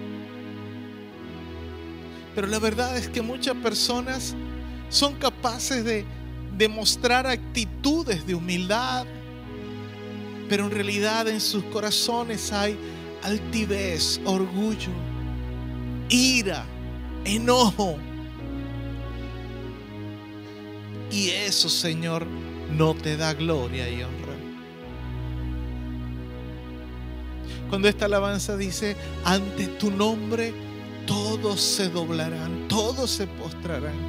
Pero la verdad es que muchas personas son capaces de demostrar actitudes de humildad, pero en realidad en sus corazones hay altivez, orgullo, ira, enojo. Y eso, Señor, no te da gloria y honra. Cuando esta alabanza dice, ante tu nombre todos se doblarán, todos se postrarán,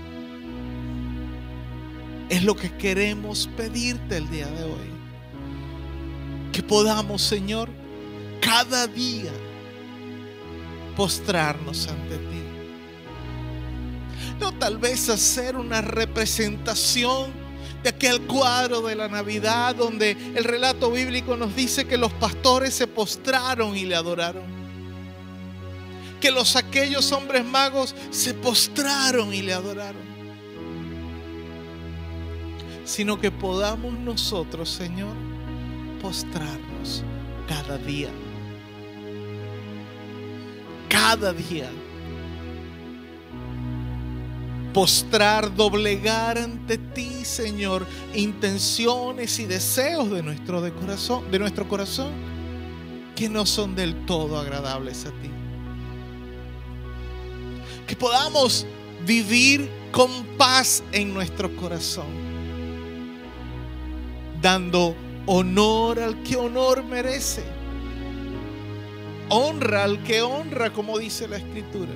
es lo que queremos pedirte el día de hoy. Que podamos, Señor, cada día postrarnos ante ti. No tal vez hacer una representación de aquel cuadro de la Navidad donde el relato bíblico nos dice que los pastores se postraron y le adoraron. Que los aquellos hombres magos se postraron y le adoraron. Sino que podamos nosotros, Señor, postrarnos cada día, cada día, postrar, doblegar ante ti, Señor, intenciones y deseos de nuestro, de corazón, de nuestro corazón que no son del todo agradables a ti. Que podamos vivir con paz en nuestro corazón, dando honor al que honor merece, honra al que honra, como dice la Escritura.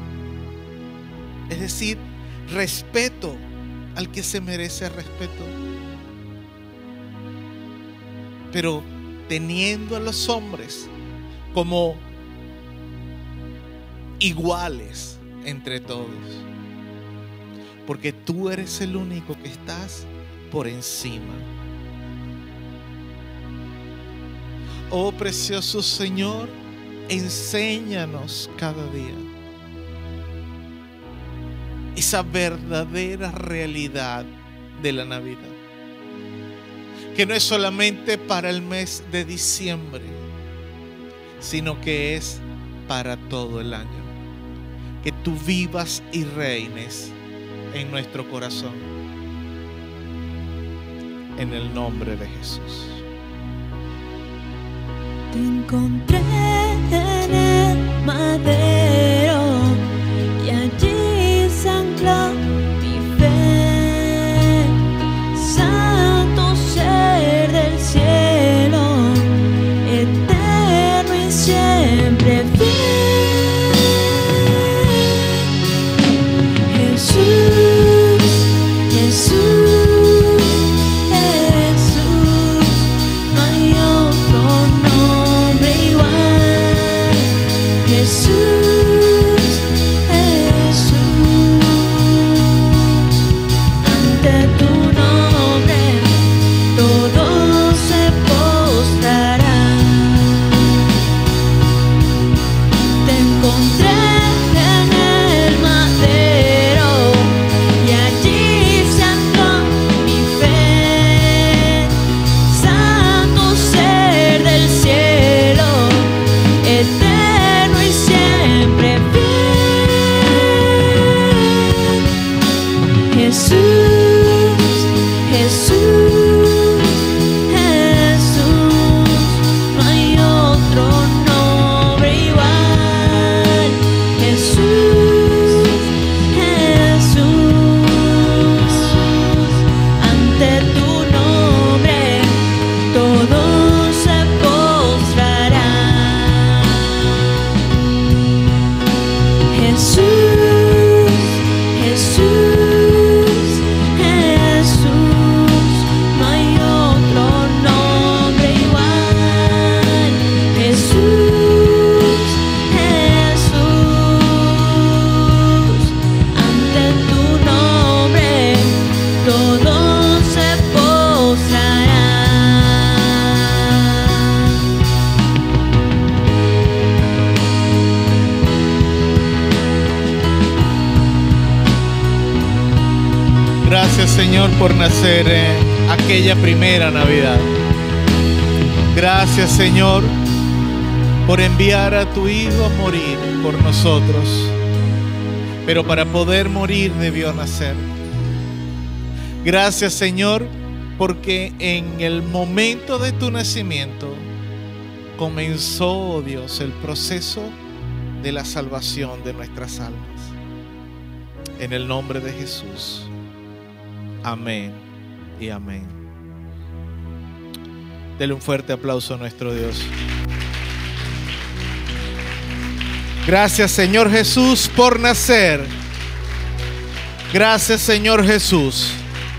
Es decir, respeto al que se merece respeto, pero teniendo a los hombres como iguales entre todos, porque tú eres el único que estás por encima. Oh precioso Señor, enséñanos cada día esa verdadera realidad de la Navidad. Que no es solamente para el mes de diciembre, sino que es para todo el año. Que tú vivas y reines en nuestro corazón. En el nombre de Jesús. Te encontré en el madero y allí se ancló mi fe. Santo ser del cielo, eterno y siempre fiel. Jesús, Jesús, Jesús, no hay otro nombre igual. Jesús, Jesús, ante tu nombre todo se postrará. Te encontré en el madero y allí se ancló mi fe. Santo ser del cielo, eterno y siempre fiel. Jesús, Jesús, Jesús, no hay otro nombre igual. Jesús, Jesús, ante tu nombre todo se postrará. Jesús, Jesús, Jesús, no hay otro nombre igual. Jesús, Jesús, ante tu nombre todo se postrará. Gracias, Señor, por nacer en aquella primera Navidad. Gracias, Señor, por enviar a tu Hijo a morir por nosotros. Pero para poder morir debió nacer. Gracias, Señor, porque en el momento de tu nacimiento comenzó, oh Dios, el proceso de la salvación de nuestras almas. En el nombre de Jesús. Amén y amén. Dele un fuerte aplauso a nuestro Dios. Gracias, Señor Jesús, por nacer. Gracias, Señor Jesús,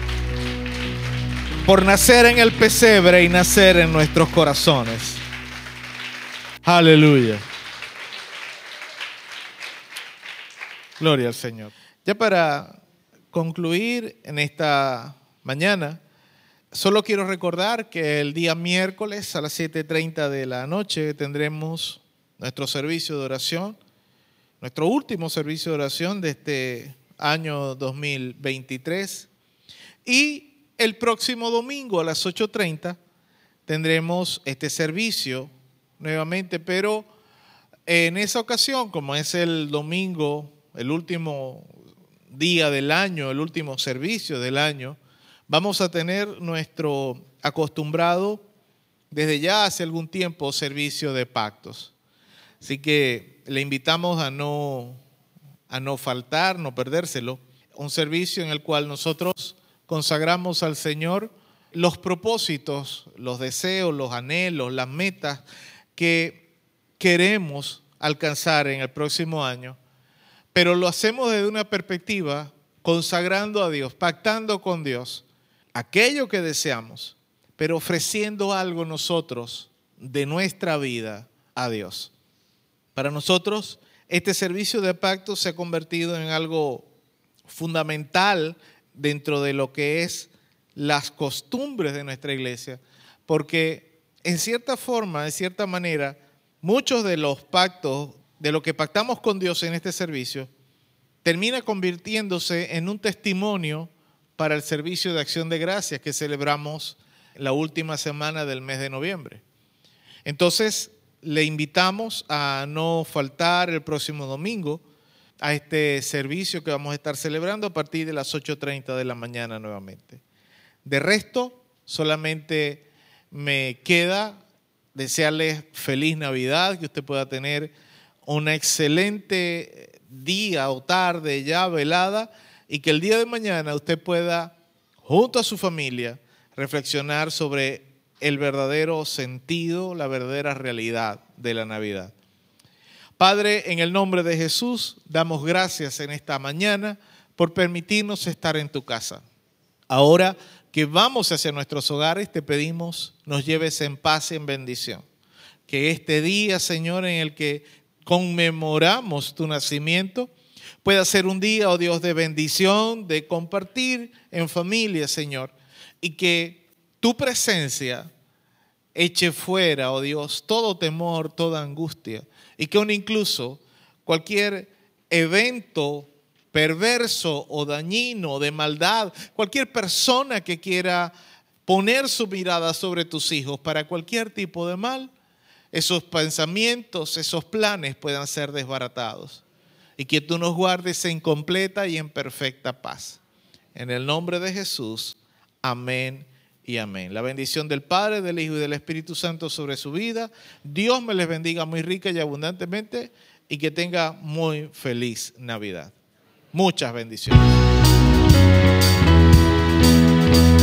por nacer en el pesebre y nacer en nuestros corazones. Aleluya. Gloria al Señor. Ya para concluir en esta mañana, solo quiero recordar que el día miércoles a las siete y treinta de la noche tendremos nuestro servicio de oración, nuestro último servicio de oración de este año dos mil veintitrés. Y el próximo domingo a las ocho y treinta tendremos este servicio nuevamente, pero en esa ocasión, como es el domingo, el último día del año, el último servicio del año, vamos a tener nuestro acostumbrado desde ya hace algún tiempo servicio de pactos. Así que le invitamos a no, a no faltar, no perdérselo. Un servicio en el cual nosotros consagramos al Señor los propósitos, los deseos, los anhelos, las metas que queremos alcanzar en el próximo año. Pero lo hacemos desde una perspectiva consagrando a Dios, pactando con Dios aquello que deseamos, pero ofreciendo algo nosotros de nuestra vida a Dios. Para nosotros, este servicio de pacto se ha convertido en algo fundamental dentro de lo que es las costumbres de nuestra iglesia, porque en cierta forma, de cierta manera, muchos de los pactos, de lo que pactamos con Dios en este servicio, termina convirtiéndose en un testimonio para el servicio de acción de gracias que celebramos la última semana del mes de noviembre. Entonces, le invitamos a no faltar el próximo domingo a este servicio que vamos a estar celebrando a partir de las ocho treinta de la mañana nuevamente. De resto, solamente me queda desearles feliz Navidad, que usted pueda tener una excelente día o tarde ya velada y que el día de mañana usted pueda, junto a su familia, reflexionar sobre el verdadero sentido, la verdadera realidad de la Navidad. Padre, en el nombre de Jesús, damos gracias en esta mañana por permitirnos estar en tu casa. Ahora que vamos hacia nuestros hogares, te pedimos nos lleves en paz y en bendición. Que este día, Señor, en el que conmemoramos tu nacimiento, pueda ser un día, oh Dios, de bendición, de compartir en familia, Señor, y que tu presencia eche fuera, oh Dios, todo temor, toda angustia, y que aún incluso cualquier evento perverso o dañino, de maldad, cualquier persona que quiera poner su mirada sobre tus hijos para cualquier tipo de mal, esos pensamientos, esos planes puedan ser desbaratados y que tú nos guardes en completa y en perfecta paz. En el nombre de Jesús, amén y amén. La bendición del Padre, del Hijo y del Espíritu Santo sobre su vida. Dios me les bendiga muy rica y abundantemente y que tenga muy feliz Navidad. Muchas bendiciones.